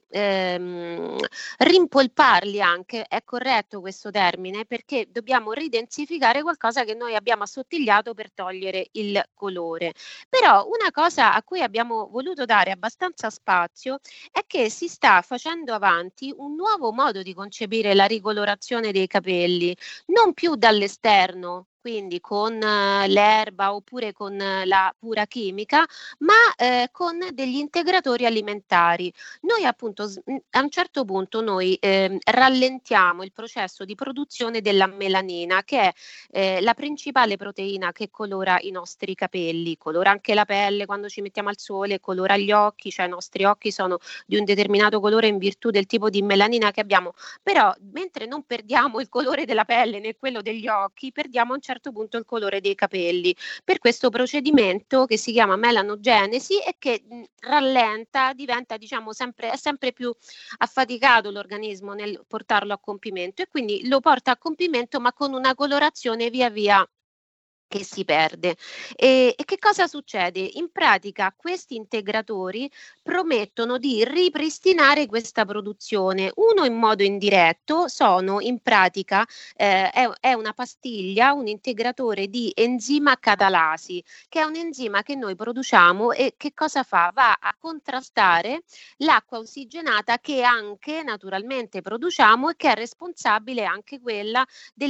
ehm, rimpolparli anche, è corretto questo termine, perché dobbiamo ridensificare qualcosa che noi abbiamo assottigliato per togliere il colore. Però una cosa a cui abbiamo voluto dare abbastanza spazio è che si sta facendo avanti un nuovo modo di concepire la ricolorazione dei capelli, non più dall'esterno, quindi con eh, l'erba oppure con eh, la pura chimica, ma eh, con degli integratori alimentari. Noi appunto s- m- a un certo punto noi ehm, rallentiamo il processo di produzione della melanina, che è eh, la principale proteina che colora i nostri capelli, colora anche la pelle quando ci mettiamo al sole, colora gli occhi, cioè i nostri occhi sono di un determinato colore in virtù del tipo di melanina che abbiamo, però mentre non perdiamo il colore della pelle né quello degli occhi, perdiamo a un certo punto il colore dei capelli per questo procedimento che si chiama melanogenesi e che mh, rallenta, diventa diciamo sempre, è sempre più affaticato l'organismo nel portarlo a compimento e quindi lo porta a compimento ma con una colorazione via via che si perde. E, e che cosa succede? In pratica questi integratori promettono di ripristinare questa produzione. Uno in modo indiretto sono in pratica eh, è, è una pastiglia, un integratore di enzima catalasi, che è un enzima che noi produciamo e che cosa fa? Va a contrastare l'acqua ossigenata che anche naturalmente produciamo e che è responsabile anche quella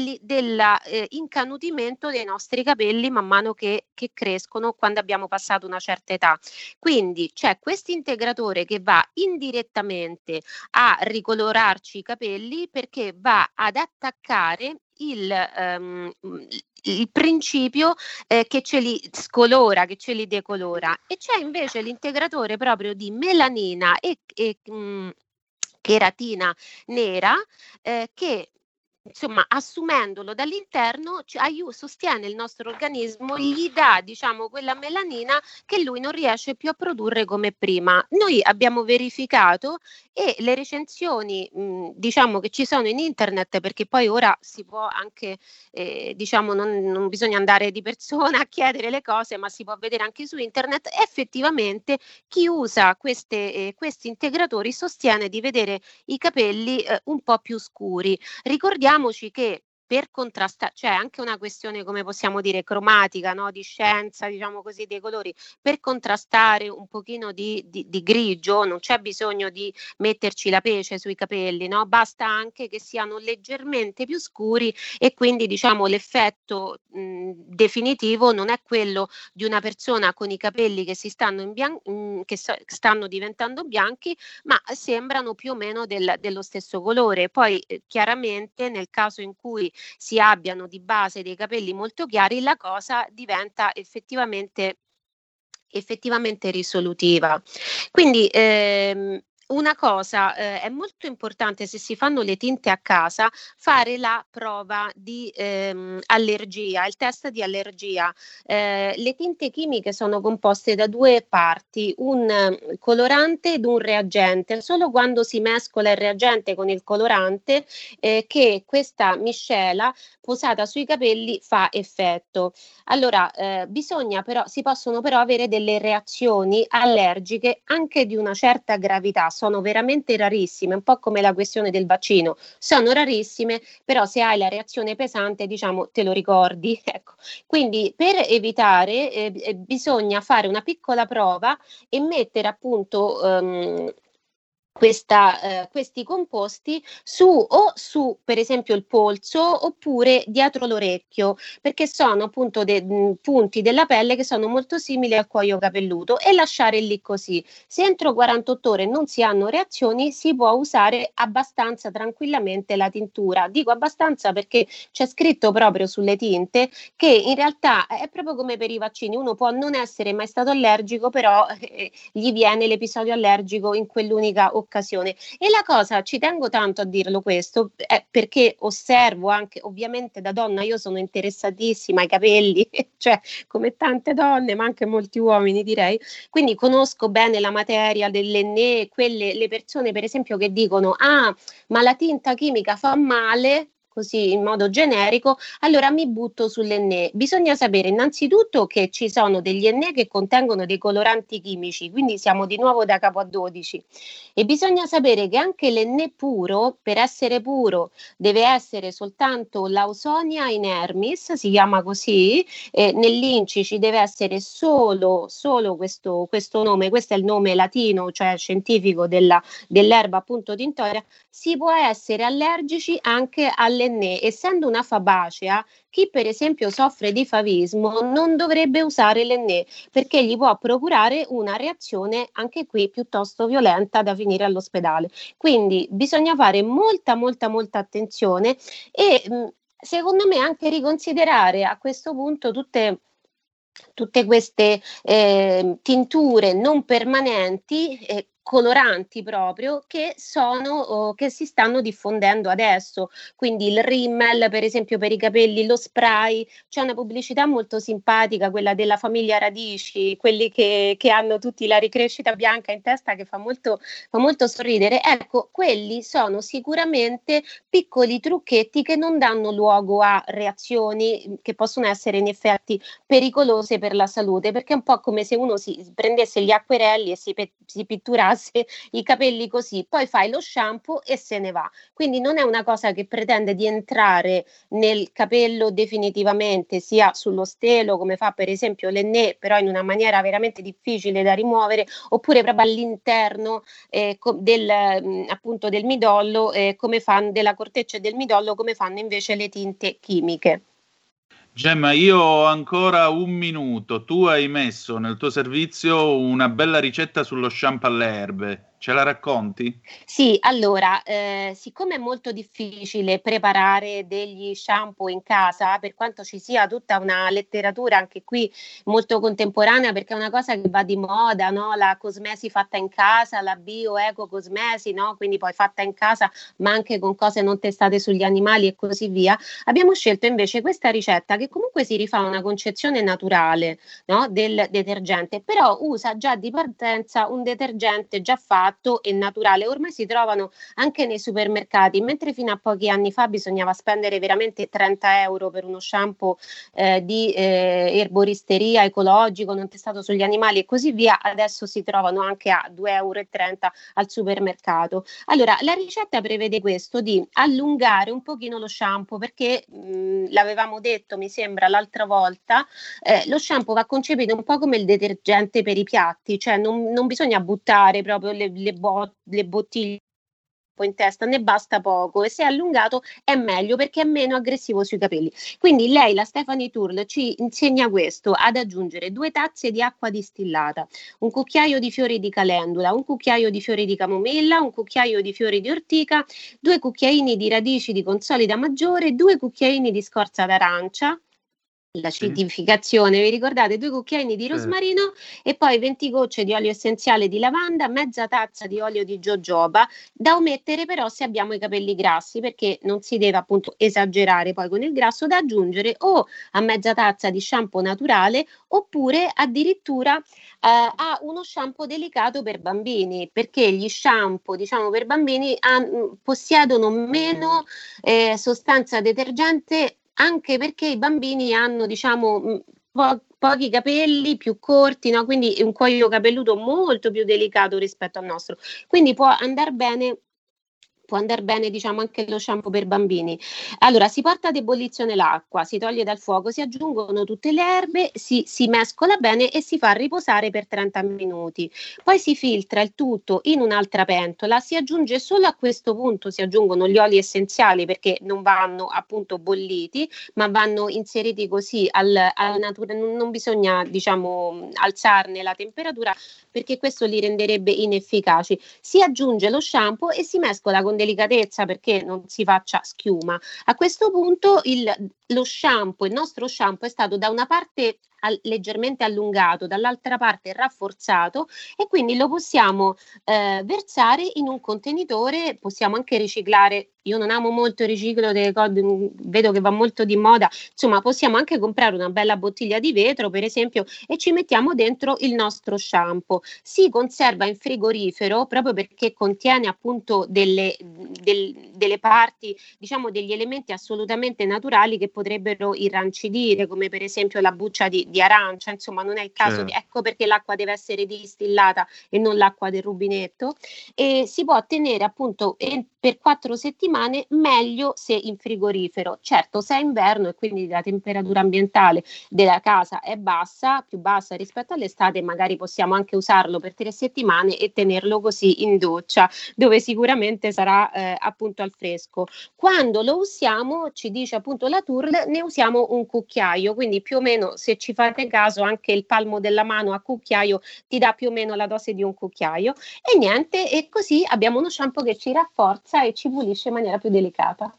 dell'incanutimento eh, dei nostri capelli man mano che, che crescono quando abbiamo passato una certa età. Quindi c'è questo integratore che va indirettamente a ricolorarci i capelli perché va ad attaccare il, um, il principio eh, che ce li scolora, che ce li decolora, e c'è invece l'integratore proprio di melanina e, e um, cheratina nera eh, che insomma assumendolo dall'interno ci aiuta, sostiene il nostro organismo, gli dà diciamo quella melanina che lui non riesce più a produrre come prima. Noi abbiamo verificato e le recensioni mh, diciamo che ci sono in internet, perché poi ora si può anche eh, diciamo non, non bisogna andare di persona a chiedere le cose, ma si può vedere anche su internet. Effettivamente chi usa queste, eh, questi integratori sostiene di vedere i capelli eh, un po' più scuri. Ricordiamo che per contrastare, cioè anche una questione, come possiamo dire, cromatica, no? Di scienza, diciamo così, dei colori, per contrastare un pochino di, di, di grigio non c'è bisogno di metterci la pece sui capelli, no? Basta anche che siano leggermente più scuri e quindi diciamo l'effetto mh, definitivo non è quello di una persona con i capelli che si stanno, in bian- mh, che so- stanno diventando bianchi, ma sembrano più o meno del, dello stesso colore. Poi eh, chiaramente nel caso in cui si abbiano di base dei capelli molto chiari, la cosa diventa effettivamente effettivamente risolutiva. Quindi ehm, una cosa eh, è molto importante, se si fanno le tinte a casa, fare la prova di ehm, allergia, il test di allergia. Eh, le tinte chimiche sono composte da due parti, un colorante ed un reagente. Solo quando si mescola il reagente con il colorante eh, che questa miscela posata sui capelli fa effetto. Allora eh, bisogna però, si possono però avere delle reazioni allergiche anche di una certa gravità. Sono veramente rarissime, un po' come la questione del vaccino, sono rarissime, però se hai la reazione pesante, diciamo, te lo ricordi. Ecco. Quindi per evitare eh, bisogna fare una piccola prova e mettere appunto um, Questa, eh, questi composti su o su per esempio il polso oppure dietro l'orecchio, perché sono appunto dei mh, punti della pelle che sono molto simili al cuoio capelluto, e lasciare lì così. Se entro quarantotto ore non si hanno reazioni, si può usare abbastanza tranquillamente la tintura. Dico abbastanza perché c'è scritto proprio sulle tinte che in realtà è proprio come per i vaccini, uno può non essere mai stato allergico, però eh, gli viene l'episodio allergico in quell'unica occasione. Occasione. E la cosa, ci tengo tanto a dirlo questo, è perché osservo anche, ovviamente da donna io sono interessatissima ai capelli, cioè come tante donne, ma anche molti uomini direi, quindi conosco bene la materia dell'enne, quelle le persone per esempio che dicono ah ma la tinta chimica fa male, così in modo generico, allora mi butto sull'enne. Bisogna sapere innanzitutto che ci sono degli enne che contengono dei coloranti chimici, quindi siamo di nuovo da capo a dodici, e bisogna sapere che anche l'enne puro, per essere puro, deve essere soltanto l'Ausonia inermis, si chiama così, eh, nell'inci deve essere solo, solo questo, questo nome, questo è il nome latino, cioè scientifico della, dell'erba appunto tintoria. Si può essere allergici anche all'enne. Essendo una fabacea, chi per esempio soffre di favismo non dovrebbe usare l'enne perché gli può procurare una reazione anche qui piuttosto violenta da finire all'ospedale. Quindi bisogna fare molta molta molta attenzione e mh, secondo me anche riconsiderare a questo punto tutte tutte queste eh, tinture non permanenti eh, coloranti proprio che sono oh, che si stanno diffondendo adesso, quindi il Rimmel per esempio per i capelli, lo spray, c'è una pubblicità molto simpatica, quella della famiglia Radici, quelli che, che hanno tutti la ricrescita bianca in testa, che fa molto, fa molto sorridere. Ecco, quelli sono sicuramente piccoli trucchetti che non danno luogo a reazioni che possono essere in effetti pericolose per la salute, perché è un po' come se uno si prendesse gli acquerelli e si, pe- si pitturasse i capelli così, poi fai lo shampoo e se ne va. Quindi non è una cosa che pretende di entrare nel capello definitivamente, sia sullo stelo come fa per esempio l'Ennè, però in una maniera veramente difficile da rimuovere, oppure proprio all'interno eh, co- del, mh, appunto del midollo, eh, come fanno della corteccia del midollo, come fanno invece le tinte chimiche. Gemma, io ho ancora un minuto. Tu hai messo nel tuo servizio una bella ricetta sullo shampoo alle erbe. Ce la racconti? Sì, allora, eh, siccome è molto difficile preparare degli shampoo in casa, per quanto ci sia tutta una letteratura anche qui molto contemporanea, perché è una cosa che va di moda, no? La cosmesi fatta in casa, la bio-eco cosmesi, no? Quindi poi fatta in casa, ma anche con cose non testate sugli animali e così via. Abbiamo scelto invece questa ricetta che comunque si rifà a una concezione naturale, no? Del detergente, però usa già di partenza un detergente già fatto e naturale. Ormai si trovano anche nei supermercati, mentre fino a pochi anni fa bisognava spendere veramente trenta euro per uno shampoo eh, di eh, erboristeria ecologico, non testato sugli animali e così via, adesso si trovano anche a due euro e trenta al supermercato. Allora, la ricetta prevede questo, di allungare un pochino lo shampoo, perché mh, l'avevamo detto, mi sembra, l'altra volta, eh, lo shampoo va concepito un po' come il detergente per i piatti, cioè non, non bisogna buttare proprio le le, bo- le bottiglie in testa, ne basta poco, e se è allungato è meglio perché è meno aggressivo sui capelli. Quindi lei, la Stephanie Turle, ci insegna questo: ad aggiungere due tazze di acqua distillata, un cucchiaio di fiori di calendula, un cucchiaio di fiori di camomilla, un cucchiaio di fiori di ortica, due cucchiaini di radici di consolida maggiore, due cucchiaini di scorza d'arancia, la acidificazione, vi ricordate? Due cucchiaini di rosmarino e poi venti gocce di olio essenziale di lavanda, mezza tazza di olio di jojoba, da omettere però se abbiamo i capelli grassi, perché non si deve appunto esagerare poi con il grasso, da aggiungere o a mezza tazza di shampoo naturale oppure addirittura eh, a uno shampoo delicato per bambini, perché gli shampoo diciamo per bambini han, possiedono meno eh, sostanza detergente, anche perché i bambini hanno, diciamo, po- pochi capelli, più corti, no? Quindi un cuoio capelluto molto più delicato rispetto al nostro. Quindi può andare bene. Può andare bene, diciamo, anche lo shampoo per bambini. Allora, si porta ad ebollizione l'acqua, si toglie dal fuoco, si aggiungono tutte le erbe, si, si mescola bene e si fa riposare per trenta minuti. Poi si filtra il tutto in un'altra pentola, si aggiunge solo a questo punto, si aggiungono gli oli essenziali, perché non vanno appunto bolliti, ma vanno inseriti così al, alla natura, non, non bisogna, diciamo, alzarne la temperatura, perché questo li renderebbe inefficaci. Si aggiunge lo shampoo e si mescola con delicatezza perché non si faccia schiuma. A questo punto il, lo shampoo, il nostro shampoo è stato da una parte al, leggermente allungato, dall'altra parte rafforzato, e quindi lo possiamo eh, versare in un contenitore. Possiamo anche riciclare. Io non amo molto il riciclo delle cose, vedo che va molto di moda, insomma possiamo anche comprare una bella bottiglia di vetro per esempio e ci mettiamo dentro il nostro shampoo. Si conserva in frigorifero proprio perché contiene appunto delle, del, delle parti, diciamo degli elementi assolutamente naturali che potrebbero irrancidire, come per esempio la buccia di, di arancia, insomma non è il caso, di, ecco perché l'acqua deve essere distillata e non l'acqua del rubinetto, e si può tenere appunto per quattro settimane, meglio se in frigorifero. Certo, se è inverno e quindi la temperatura ambientale della casa è bassa, più bassa rispetto all'estate, magari possiamo anche usarlo per tre settimane e tenerlo così in doccia, dove sicuramente sarà eh, appunto al fresco. Quando lo usiamo, ci dice appunto la Turle, ne usiamo un cucchiaio, quindi più o meno, se ci fate caso, anche il palmo della mano a cucchiaio ti dà più o meno la dose di un cucchiaio, e niente, e così abbiamo uno shampoo che ci rafforza e ci pulisce in maniera più delicata.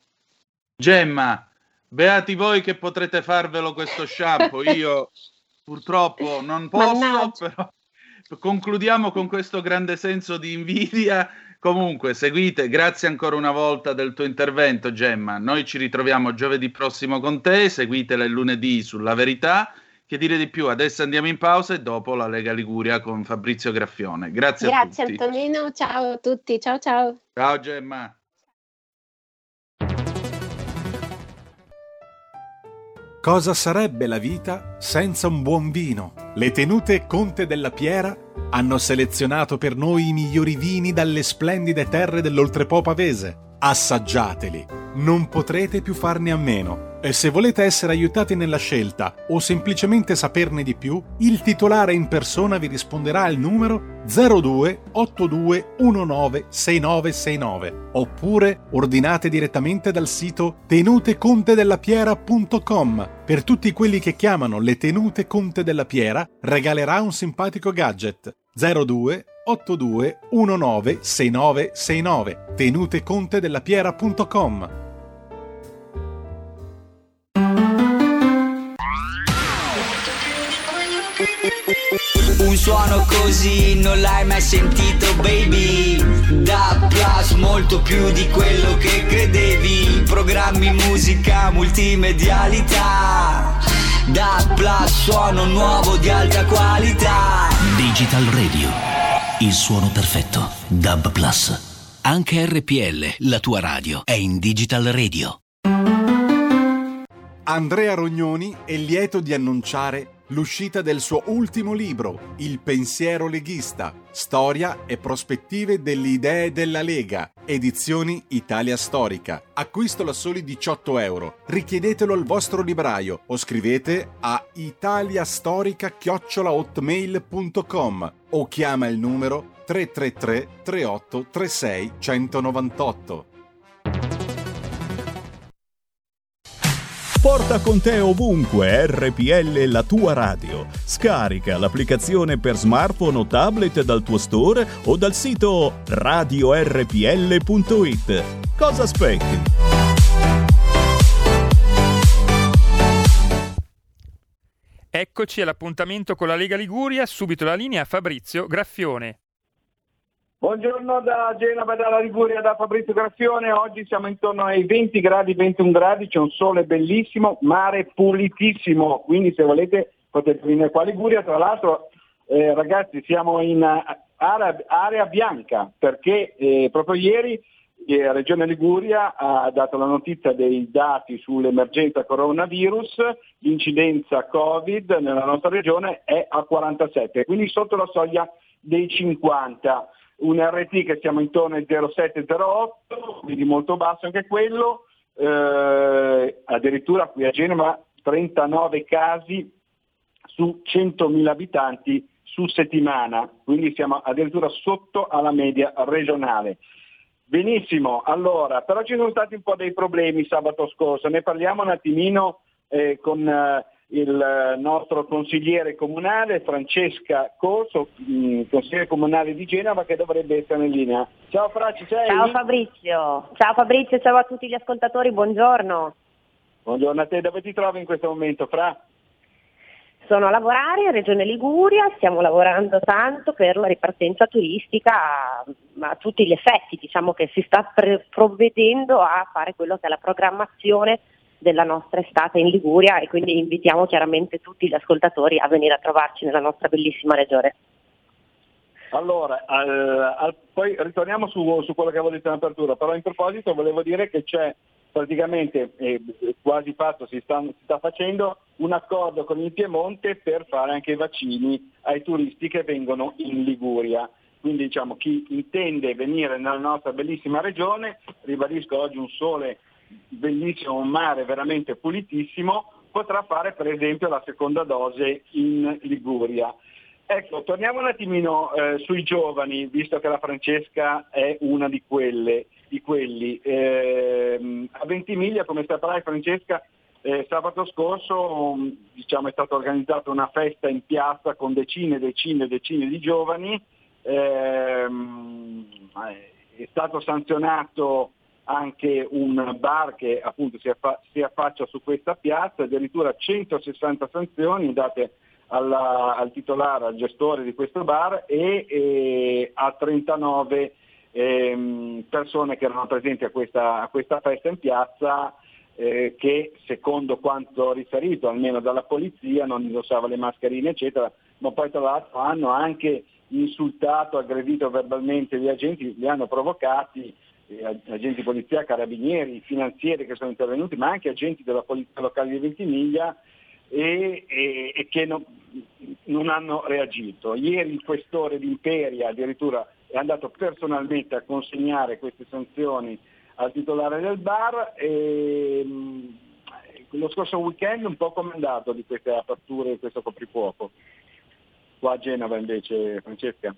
Gemma, beati voi che potrete farvelo questo shampoo, io purtroppo non posso, però, concludiamo con questo grande senso di invidia. Comunque, seguite, grazie ancora una volta del tuo intervento, Gemma. Noi ci ritroviamo giovedì prossimo con te, seguitela il lunedì sulla Verità. Che dire di più? Adesso andiamo in pausa e dopo la Lega Liguria con Fabrizio Graffione. Grazie, Grazie a tutti. Grazie Antonino, ciao a tutti, ciao ciao. Ciao Gemma. Cosa sarebbe la vita senza un buon vino? Le tenute Conte della Piera hanno selezionato per noi i migliori vini dalle splendide terre dell'Oltrepo pavese. Assaggiateli, non potrete più farne a meno. E se volete essere aiutati nella scelta o semplicemente saperne di più, il titolare in persona vi risponderà al numero zero due otto due uno nove sei nove sei nove oppure ordinate direttamente dal sito tenute conte della piera punto com. Per tutti quelli che chiamano le Tenute Conte della Piera regalerà un simpatico gadget. zero due otto due uno nove sei nove sei nove tenute conte della piera punto com. Un suono così non l'hai mai sentito, baby. Da Plus, molto più di quello che credevi. Programmi, musica, multimedialità. Da Plus, suono nuovo di alta qualità. Digital Radio, il suono perfetto. D A B Plus. Anche R P L, la tua radio, è in Digital Radio. Andrea Rognoni è lieto di annunciare l'uscita del suo ultimo libro, Il pensiero leghista, storia e prospettive delle idee della Lega, edizioni Italia Storica. Acquisto a soli diciotto euro. Richiedetelo al vostro libraio o scrivete a italiastorica chiocciola hotmail punto com o chiama il numero tre tre tre tre otto tre sei uno nove otto. Porta con te ovunque R P L, la tua radio. Scarica l'applicazione per smartphone o tablet dal tuo store o dal sito radio erre pi elle punto it. Cosa aspetti? Eccoci all'appuntamento con la Lega Liguria, subito la linea a Fabrizio Graffione. Buongiorno da Genova, dalla Liguria, da Fabrizio Graffione. Oggi siamo intorno ai venti gradi, ventuno gradi, c'è un sole bellissimo, mare pulitissimo, quindi se volete potete venire qua a Liguria. Tra l'altro eh, ragazzi siamo in area, area bianca perché eh, proprio ieri la eh, Regione Liguria ha dato la notizia dei dati sull'emergenza coronavirus. L'incidenza Covid nella nostra regione è a quarantasette, quindi sotto la soglia dei cinquanta. Un R T che siamo intorno ai zero sette zero otto, quindi molto basso anche quello, eh, addirittura qui a Genova trentanove casi su centomila abitanti su settimana, quindi siamo addirittura sotto alla media regionale. Benissimo, allora, però ci sono stati un po' dei problemi sabato scorso, ne parliamo un attimino eh, con eh, il nostro consigliere comunale Francesca Corso, mh, consigliere comunale di Genova, che dovrebbe essere in linea. Ciao Fra, ci sei? Ciao Fabrizio, ciao Fabrizio, ciao a tutti gli ascoltatori, buongiorno. Buongiorno a te, dove ti trovi in questo momento, Fra? Sono a lavorare in Regione Liguria, stiamo lavorando tanto per la ripartenza turistica a, a tutti gli effetti, diciamo che si sta pre- provvedendo a fare quello che è la programmazione della nostra estate in Liguria e quindi invitiamo chiaramente tutti gli ascoltatori a venire a trovarci nella nostra bellissima regione. Allora, al, al, poi ritorniamo su, su quello che avevo detto in apertura, però in proposito volevo dire che c'è praticamente, eh, quasi fatto, si sta, si sta facendo un accordo con il Piemonte per fare anche i vaccini ai turisti che vengono in Liguria. Quindi diciamo chi intende venire nella nostra bellissima regione, ribadisco oggi un sole bellissimo, un mare veramente pulitissimo, potrà fare per esempio la seconda dose in Liguria. Ecco, torniamo un attimino eh, sui giovani, visto che la Francesca è una di quelle, di quelli. Eh, a Ventimiglia, come saprai Francesca, eh, sabato scorso diciamo, è stata organizzata una festa in piazza con decine e decine e decine di giovani, eh, è stato sanzionato anche un bar che appunto si, affa- si affaccia su questa piazza, addirittura centosessanta sanzioni date alla, al titolare, al gestore di questo bar e, e a trentanove ehm, persone che erano presenti a questa, a questa festa in piazza, eh, che secondo quanto riferito almeno dalla polizia non indossava le mascherine eccetera, ma poi tra l'altro hanno anche insultato, aggredito verbalmente gli agenti, li hanno provocati, eh, agenti di polizia, carabinieri, finanzieri che sono intervenuti, ma anche agenti della polizia locale di Ventimiglia e, e, e che non, non hanno reagito. Ieri il questore di Imperia addirittura è andato personalmente a consegnare queste sanzioni al titolare del bar e mh, lo scorso weekend un po' come è andato di queste aperture e questo coprifuoco? Qua a Genova invece, Francesca?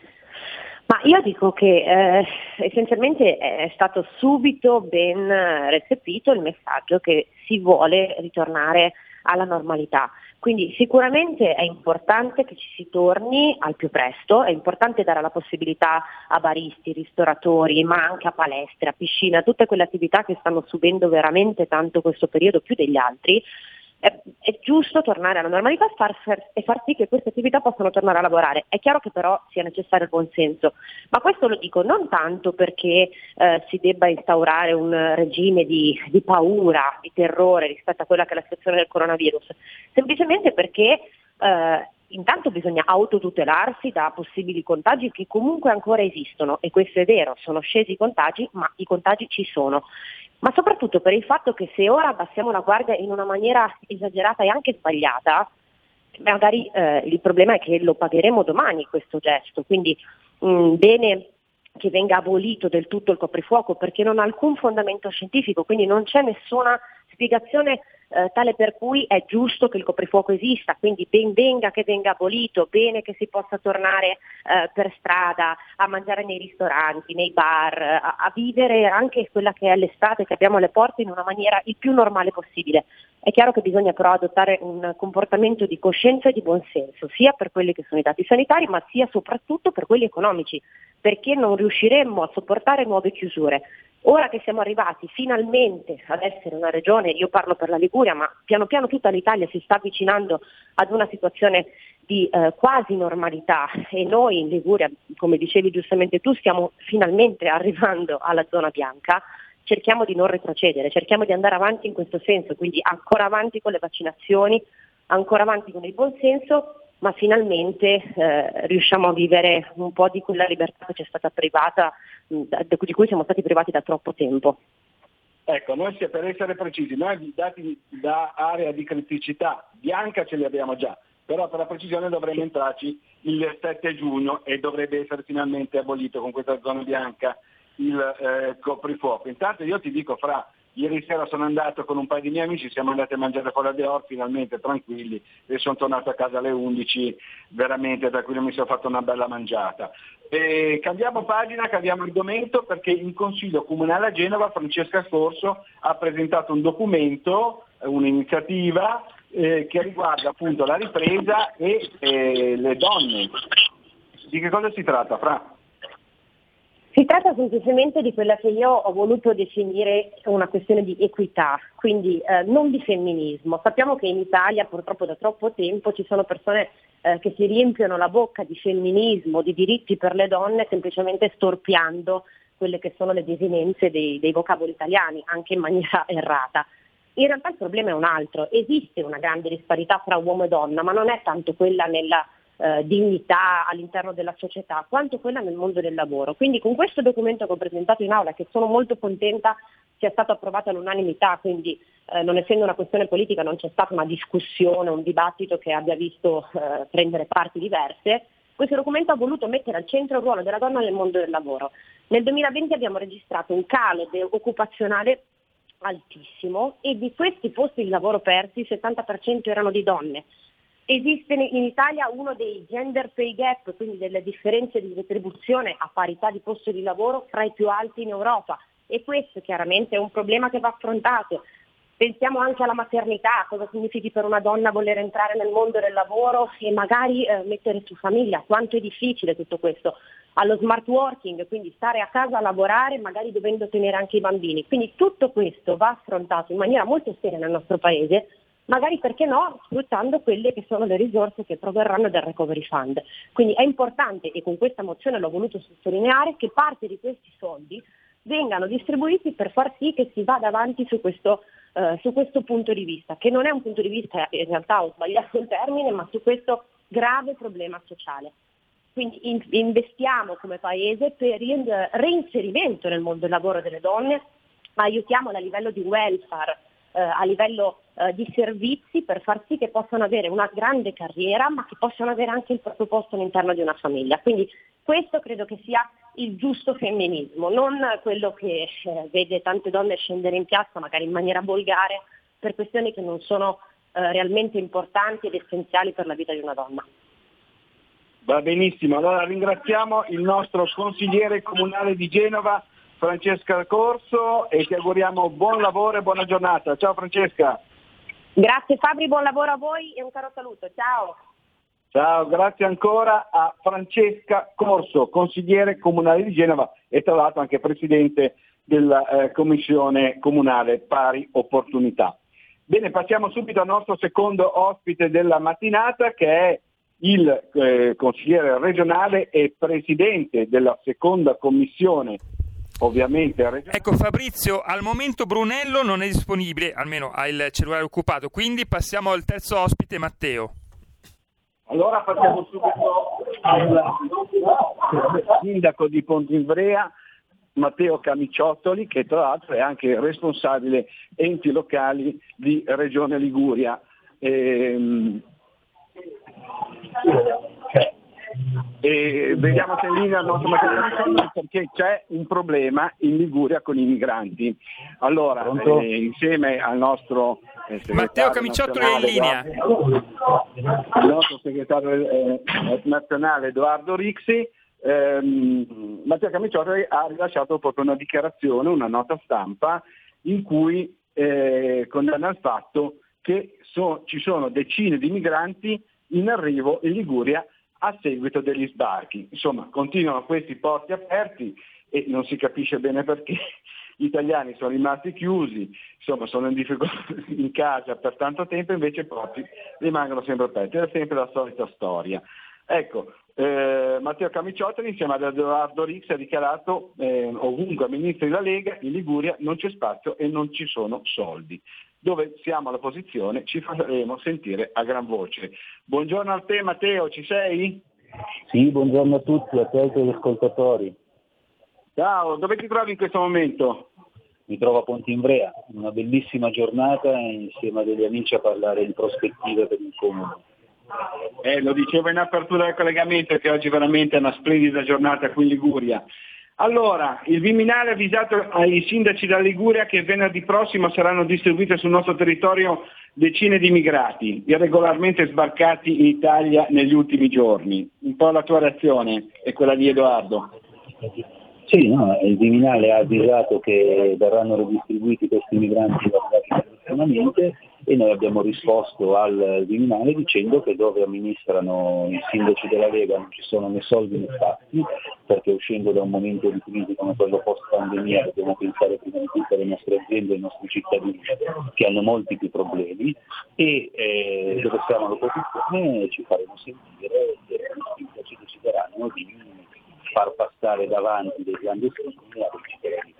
Ma io dico che eh, essenzialmente è stato subito ben recepito il messaggio che si vuole ritornare alla normalità. Quindi sicuramente è importante che ci si torni al più presto, è importante dare la possibilità a baristi, ristoratori, ma anche a palestre, a piscina, tutte quelle attività che stanno subendo veramente tanto questo periodo più degli altri. È, è giusto tornare alla normalità e far, e far sì che queste attività possano tornare a lavorare. È chiaro che però sia necessario il buon senso, ma questo lo dico non tanto perché eh, si debba instaurare un regime di, di paura, di terrore rispetto a quella che è la situazione del coronavirus, semplicemente perché eh, intanto bisogna autotutelarsi da possibili contagi che comunque ancora esistono, e questo è vero, sono scesi i contagi, ma i contagi ci sono. Ma soprattutto per il fatto che se ora abbassiamo la guardia in una maniera esagerata e anche sbagliata, magari eh, il problema è che lo pagheremo domani questo gesto, quindi mh, bene che venga abolito del tutto il coprifuoco perché non ha alcun fondamento scientifico, quindi non c'è nessuna spiegazione eh, tale per cui è giusto che il coprifuoco esista, quindi ben venga che venga abolito, bene che si possa tornare eh, per strada, a mangiare nei ristoranti, nei bar, a, a vivere anche quella che è l'estate che abbiamo alle porte in una maniera il più normale possibile. È chiaro che bisogna però adottare un comportamento di coscienza e di buonsenso, sia per quelli che sono i dati sanitari, ma sia soprattutto per quelli economici, perché non riusciremmo a sopportare nuove chiusure. Ora che siamo arrivati finalmente ad essere una regione, io parlo per la Liguria, ma piano piano tutta l'Italia si sta avvicinando ad una situazione di eh, quasi normalità e noi in Liguria, come dicevi giustamente tu, stiamo finalmente arrivando alla zona bianca. Cerchiamo di non retrocedere, cerchiamo di andare avanti in questo senso, quindi ancora avanti con le vaccinazioni, ancora avanti con il buon senso, ma finalmente eh, riusciamo a vivere un po' di quella libertà che ci è stata privata, mh, di cui siamo stati privati da troppo tempo. Ecco, noi per essere precisi, noi i dati da area di criticità bianca ce li abbiamo già, però per la precisione dovremmo entrarci il sette giugno e dovrebbe essere finalmente abolito con questa zona bianca il eh, coprifuoco. Intanto io ti dico, Fra, ieri sera sono andato con un paio di miei amici, siamo andati a mangiare fuori alle Or, finalmente tranquilli, e sono tornato a casa alle undici, veramente tranquillo, mi sono fatto una bella mangiata. E cambiamo pagina, cambiamo argomento, perché in Consiglio Comunale a Genova Francesca Scorso ha presentato un documento, un'iniziativa eh, che riguarda appunto la ripresa e eh, le donne. Di che cosa si tratta, Fra? Si tratta semplicemente di quella che io ho voluto definire una questione di equità, quindi eh, non di femminismo. Sappiamo che in Italia purtroppo da troppo tempo ci sono persone eh, che si riempiono la bocca di femminismo, di diritti per le donne, semplicemente storpiando quelle che sono le desinenze dei, dei vocaboli italiani, anche in maniera errata. In realtà il problema è un altro, esiste una grande disparità tra uomo e donna, ma non è tanto quella nella Eh, dignità all'interno della società, quanto quella nel mondo del lavoro. Quindi con questo documento che ho presentato in aula, che sono molto contenta sia stato approvato all'unanimità, quindi eh, non essendo una questione politica non c'è stata una discussione, un dibattito che abbia visto eh, prendere parti diverse, questo documento ha voluto mettere al centro il ruolo della donna nel mondo del lavoro. Nel duemilaventi abbiamo registrato un calo de- occupazionale altissimo e di questi posti di lavoro persi il settanta per cento erano di donne. Esiste in Italia uno dei gender pay gap, quindi delle differenze di retribuzione a parità di posto di lavoro fra i più alti in Europa, e questo chiaramente è un problema che va affrontato. Pensiamo anche alla maternità, cosa significhi per una donna voler entrare nel mondo del lavoro e magari eh, mettere su famiglia, quanto è difficile tutto questo. Allo smart working, quindi stare a casa a lavorare magari dovendo tenere anche i bambini. Quindi tutto questo va affrontato in maniera molto seria nel nostro Paese, magari perché no sfruttando quelle che sono le risorse che proverranno dal Recovery Fund. Quindi è importante, e con questa mozione l'ho voluto sottolineare, che parte di questi soldi vengano distribuiti per far sì che si vada avanti su questo, eh, su questo punto di vista, che non è un punto di vista, in realtà ho sbagliato il termine, ma su questo grave problema sociale. Quindi in, investiamo come paese per il reinserimento nel mondo del lavoro delle donne, aiutiamola a livello di welfare, eh, a livello eh, di servizi, per far sì che possano avere una grande carriera, ma che possano avere anche il proprio posto all'interno di una famiglia. Quindi questo credo che sia il giusto femminismo, non quello che eh, vede tante donne scendere in piazza magari in maniera volgare per questioni che non sono eh, realmente importanti ed essenziali per la vita di una donna. Va benissimo, allora ringraziamo il nostro consigliere comunale di Genova, Francesca Corso, e ti auguriamo buon lavoro e buona giornata. Ciao Francesca. Grazie Fabri, buon lavoro a voi e un caro saluto, ciao. Ciao, grazie ancora a Francesca Corso, consigliere comunale di Genova e tra l'altro anche presidente della eh, Commissione Comunale Pari Opportunità. Bene, passiamo subito al nostro secondo ospite della mattinata, che è il eh, consigliere regionale e presidente della seconda commissione, ovviamente regionale. Ecco Fabrizio, al momento Brunello non è disponibile, almeno ha il cellulare occupato, quindi passiamo al terzo ospite, Matteo. Allora passiamo subito al sindaco di Ponte-Ivrea, Matteo Camiciottoli, che tra l'altro è anche responsabile enti locali di Regione Liguria. Ehm, E vediamo se in linea il nostro Matteo Camiciottoli, perché c'è un problema in Liguria con i migranti. Allora, eh, insieme al nostro eh, Matteo Camiciottoli è in linea. Il nostro segretario eh, nazionale Edoardo Rixi, ehm, Matteo Camiciottoli ha rilasciato proprio una dichiarazione, una nota stampa in cui eh, condanna il fatto che so, ci sono decine di migranti in arrivo in Liguria a seguito degli sbarchi. Insomma, continuano questi porti aperti e non si capisce bene perché gli italiani sono rimasti chiusi, insomma sono in difficoltà in casa per tanto tempo, invece i porti rimangono sempre aperti. È sempre la solita storia. Ecco, eh, Matteo Camiciottoli insieme ad Edoardo Rixi ha dichiarato eh, ovunque ministri della Lega in Liguria non c'è spazio e non ci sono soldi. Dove siamo all'opposizione ci faremo sentire a gran voce. Buongiorno a te Matteo, ci sei? Sì, buongiorno a tutti, a te e agli ascoltatori. Ciao, dove ti trovi in questo momento? Mi trovo a Ponte-Ivrea, una bellissima giornata insieme a degli amici a parlare di prospettive per il comune. Eh, lo dicevo in apertura del collegamento che oggi veramente è una splendida giornata qui in Liguria. Allora, il Viminale ha avvisato ai sindaci della Liguria che venerdì prossimo saranno distribuite sul nostro territorio decine di immigrati irregolarmente sbarcati in Italia negli ultimi giorni. Un po' la tua reazione e quella di Edoardo. Sì, no, il Viminale ha avvisato che verranno redistribuiti questi migranti prossimamente e noi abbiamo risposto al Viminale dicendo che dove amministrano i sindaci della Lega non ci sono né soldi né spazi, perché uscendo da un momento di crisi come quello post pandemia dobbiamo pensare prima di tutto alle nostre aziende e ai nostri cittadini che hanno molti più problemi e eh, dove siamo all'opposizione ci faremo sentire e i sindaci decideranno di far passare davanti dei clandestini a dei cittadini.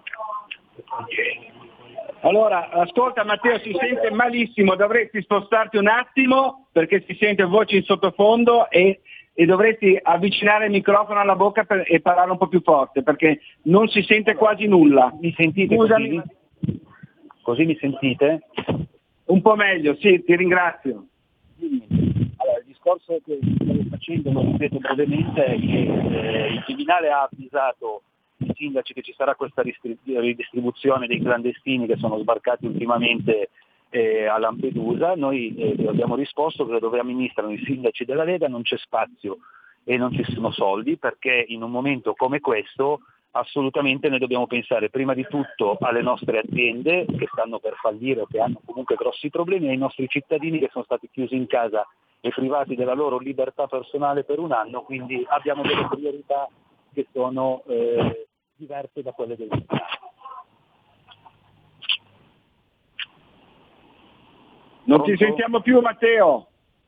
Allora, ascolta Matteo, si sente malissimo, dovresti spostarti un attimo perché si sente voce in sottofondo e, e dovresti avvicinare il microfono alla bocca per, e parlare un po' più forte perché non si sente quasi nulla. Mi sentite? Scusami. Così? Così mi sentite? Un po' meglio, sì, ti ringrazio. Allora, il discorso che stavo facendo, lo ripeto brevemente, è che eh, il Viminale ha avvisato i sindaci che ci sarà questa ridistribuzione dei clandestini che sono sbarcati ultimamente eh, a Lampedusa. Noi eh, abbiamo risposto che dove amministrano i sindaci della Lega non c'è spazio e non ci sono soldi, perché in un momento come questo assolutamente noi dobbiamo pensare prima di tutto alle nostre aziende che stanno per fallire o che hanno comunque grossi problemi, e ai nostri cittadini che sono stati chiusi in casa e privati della loro libertà personale per un anno, quindi abbiamo delle priorità che sono eh, diverse da quelle del Viminale. Non Pronto? ti sentiamo più, Matteo.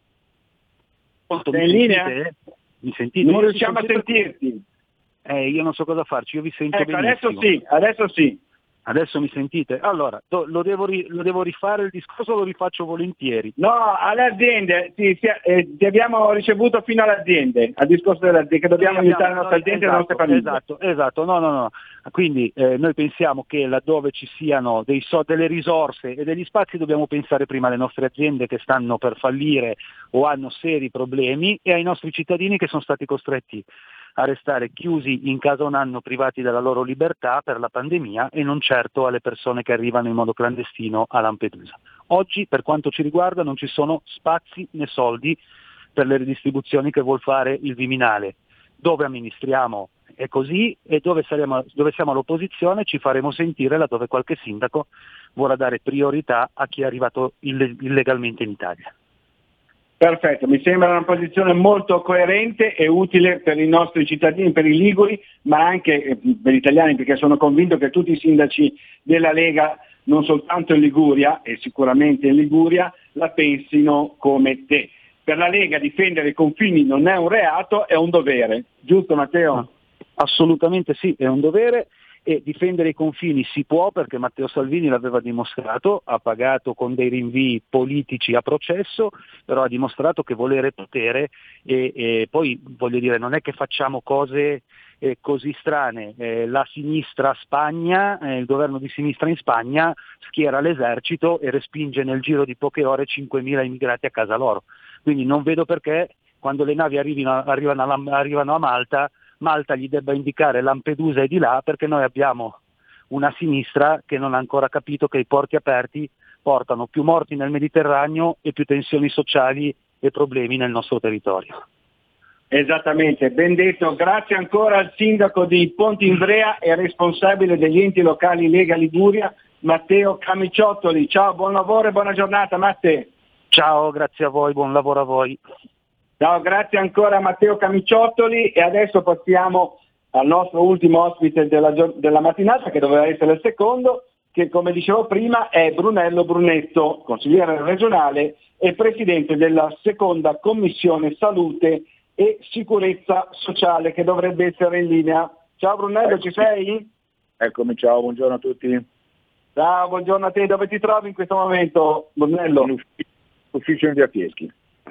Pronto, Sei mi in linea? sentite? Mi sentite? Non Io riusciamo a vi sento- sentirti. Eh, io non so cosa farci, io vi sento Ecco, benissimo. adesso sì, adesso sì. Adesso mi sentite? Allora, do- lo, devo ri- lo devo rifare il discorso, lo rifaccio volentieri. No, alle aziende, sì, sì, eh, ti abbiamo ricevuto fino alle aziende, al discorso delle aziende, che dobbiamo Noi aiutare le abbiamo- nostre noi- aziende e le nostre famiglie. Esatto, esatto, no, no, no. Quindi eh, noi pensiamo che laddove ci siano dei so- delle risorse e degli spazi dobbiamo pensare prima alle nostre aziende che stanno per fallire o hanno seri problemi e ai nostri cittadini che sono stati costretti a restare chiusi in casa un anno privati della loro libertà per la pandemia e non certo alle persone che arrivano in modo clandestino a Lampedusa. Oggi, per quanto ci riguarda, non ci sono spazi né soldi per le ridistribuzioni che vuol fare il Viminale. Dove amministriamo è così e dove, saremo, dove siamo all'opposizione ci faremo sentire laddove qualche sindaco vorrà dare priorità a chi è arrivato ille- illegalmente in Italia. Perfetto, mi sembra una posizione molto coerente e utile per i nostri cittadini, per i liguri, ma anche eh, per gli italiani, perché sono convinto che tutti i sindaci della Lega, non soltanto in Liguria e sicuramente in Liguria, la pensino come te. Per la Lega difendere i confini non è un reato, è un dovere. Giusto, Matteo? No, assolutamente sì, è un dovere. E difendere i confini si può perché Matteo Salvini l'aveva dimostrato, ha pagato con dei rinvii politici a processo, però ha dimostrato che volere potere e, e poi voglio dire non è che facciamo cose eh, così strane, eh, la sinistra Spagna, eh, il governo di sinistra in Spagna schiera l'esercito e respinge nel giro di poche ore cinquemila immigrati a casa loro, quindi non vedo perché quando le navi arrivino, arrivano, a, arrivano a Malta Malta gli debba indicare Lampedusa è di là perché noi abbiamo una sinistra che non ha ancora capito che i porti aperti portano più morti nel Mediterraneo e più tensioni sociali e problemi nel nostro territorio. Esattamente, ben detto. Grazie ancora al sindaco di Ponte Ivrea e responsabile degli enti locali Lega Liguria, Matteo Camiciottoli. Ciao, buon lavoro e buona giornata, Matteo. Ciao, grazie a voi, buon lavoro a voi. Ciao, grazie ancora a Matteo Camiciottoli e adesso passiamo al nostro ultimo ospite della, della mattinata, che doveva essere il secondo, che come dicevo prima è Brunello Brunetto, consigliere regionale e presidente della seconda commissione salute e sicurezza sociale, che dovrebbe essere in linea. Ciao Brunello, ci sei? Eccomi, ciao, buongiorno a tutti. Ciao, buongiorno a te, dove ti trovi in questo momento, Brunello? In ufficio, ufficio in via Fieschi.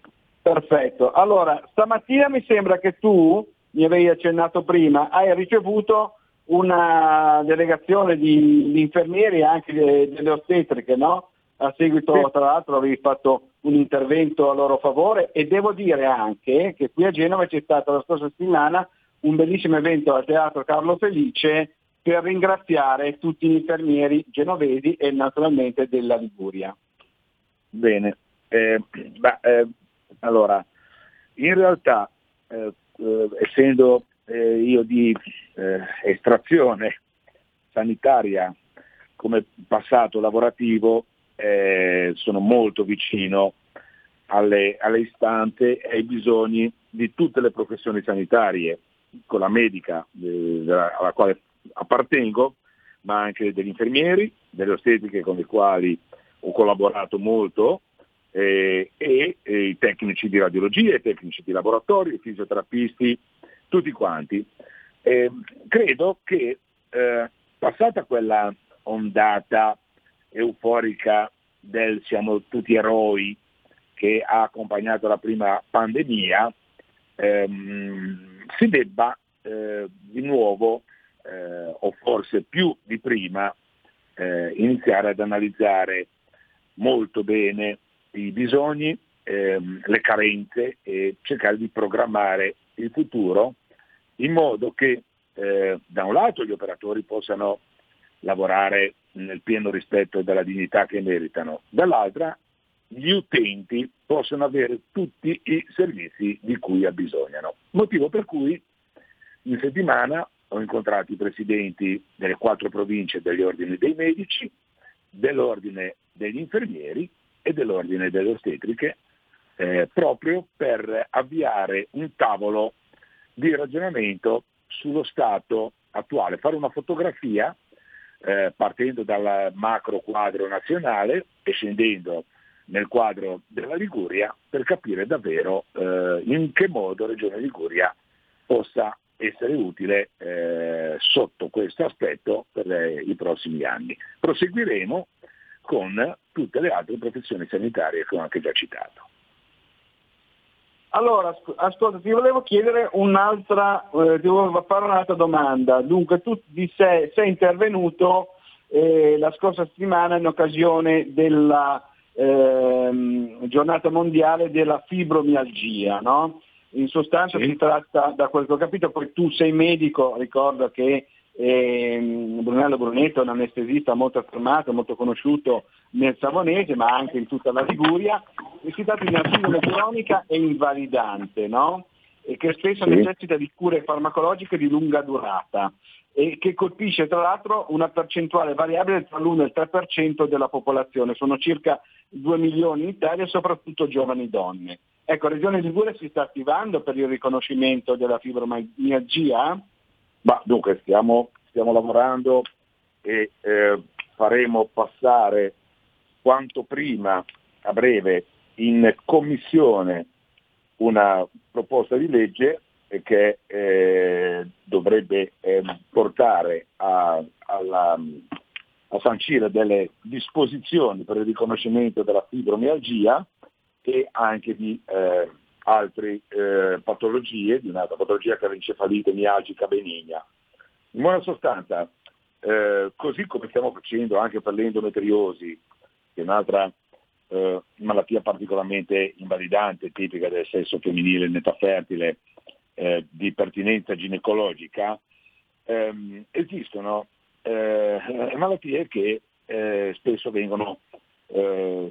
Perfetto, allora stamattina mi sembra che tu, mi avevi accennato prima, hai ricevuto una delegazione di, di infermieri e anche de, delle ostetriche, no? A seguito, sì. Tra l'altro, avevi fatto un intervento a loro favore e devo dire anche che qui a Genova c'è stato la scorsa settimana un bellissimo evento al Teatro Carlo Felice per ringraziare tutti gli infermieri genovesi e naturalmente della Liguria. Bene, eh, beh, eh, allora, in realtà, eh, eh, essendo eh, io di eh, estrazione sanitaria come passato lavorativo, eh, sono molto vicino alle, alle istanze e ai bisogni di tutte le professioni sanitarie, con la medica eh, alla quale appartengo, ma anche degli infermieri, delle ostetriche con le quali ho collaborato molto, eh, e, e i tecnici di radiologia, i tecnici di laboratorio, i fisioterapisti, tutti quanti. Eh, credo che eh, passata quella ondata euforica del siamo tutti eroi che ha accompagnato la prima pandemia, ehm, si debba eh, di nuovo, eh, o forse più di prima, eh, iniziare ad analizzare molto bene i bisogni, ehm, le carenze e cercare di programmare il futuro in modo che eh, da un lato gli operatori possano lavorare nel pieno rispetto della dignità che meritano, dall'altra gli utenti possono avere tutti i servizi di cui abbisognano. Motivo per cui in settimana ho incontrato i presidenti delle quattro province degli ordini dei medici, dell'ordine degli infermieri e dell'ordine delle ostetriche, eh, proprio per avviare un tavolo di ragionamento sullo stato attuale, fare una fotografia eh, partendo dal macro quadro nazionale e scendendo nel quadro della Liguria per capire davvero eh, in che modo Regione Liguria possa essere utile eh, sotto questo aspetto per eh, i prossimi anni. Proseguiremo con tutte le altre professioni sanitarie che ho anche già citato. Allora, ascolta, ti volevo chiedere un'altra, eh, ti volevo fare un'altra domanda. Dunque, tu di sé sei intervenuto eh, la scorsa settimana in occasione della eh, giornata mondiale della fibromialgia, no? In sostanza sì. Si tratta, da quel che ho capito, poi tu sei medico, ricordo che eh, Brunello Brunetto è un anestesista molto affermato, molto conosciuto nel Savonese, ma anche in tutta la Liguria. Si tratta di una sindrome cronica e invalidante, no? E che spesso sì. necessita di cure farmacologiche di lunga durata e che colpisce tra l'altro una percentuale variabile tra l'uno e il tre per cento della popolazione, sono circa due milioni in Italia, soprattutto giovani donne. Ecco, Regione Liguria si sta attivando per il riconoscimento della fibromialgia? Ma dunque stiamo, stiamo lavorando e eh, faremo passare quanto prima, a breve, in commissione una proposta di legge che eh, dovrebbe eh, portare a, alla, a sancire delle disposizioni per il riconoscimento della fibromialgia e anche di eh, altre eh, patologie, di un'altra patologia che è l'encefalite mialgica benigna. In buona sostanza, eh, così come stiamo facendo anche per l'endometriosi, che è un'altra eh, malattia particolarmente invalidante, tipica del sesso femminile in età fertile, eh, di pertinenza ginecologica, ehm, esistono eh, malattie che eh, spesso vengono eh,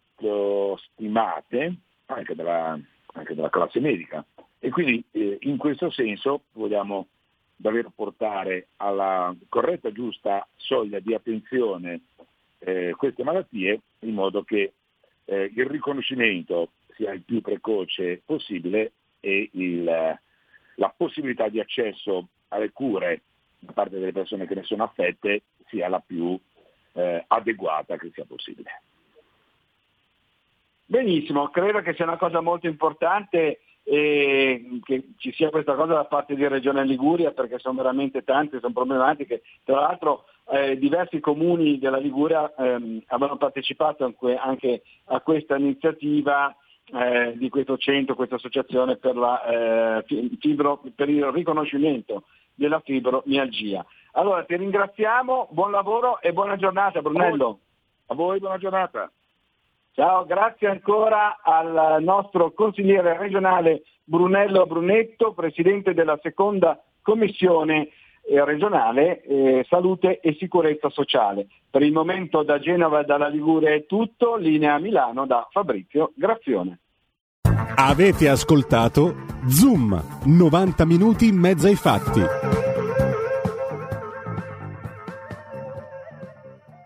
sottostimate anche dalla, anche dalla classe medica e quindi eh, in questo senso vogliamo davvero portare alla corretta, giusta soglia di attenzione eh, queste malattie in modo che eh, il riconoscimento sia il più precoce possibile e il, la possibilità di accesso alle cure da parte delle persone che ne sono affette sia la più eh, adeguata che sia possibile. Benissimo, credo che sia una cosa molto importante e che ci sia questa cosa da parte di Regione Liguria, perché sono veramente tante, sono problematiche. Tra l'altro eh, diversi comuni della Liguria ehm, avevano partecipato anche a questa iniziativa eh, di questo centro, questa associazione per, la, eh, fibro, per il riconoscimento della fibromialgia. Allora ti ringraziamo, buon lavoro e buona giornata Brunello. A voi buona giornata. Ciao, grazie ancora al nostro consigliere regionale Brunello Brunetto, presidente della seconda commissione regionale eh, salute e sicurezza sociale. Per il momento da Genova e dalla Liguria è tutto, linea Milano da Fabrizio Graffione. Avete ascoltato Zoom, novanta minuti in mezzo ai fatti.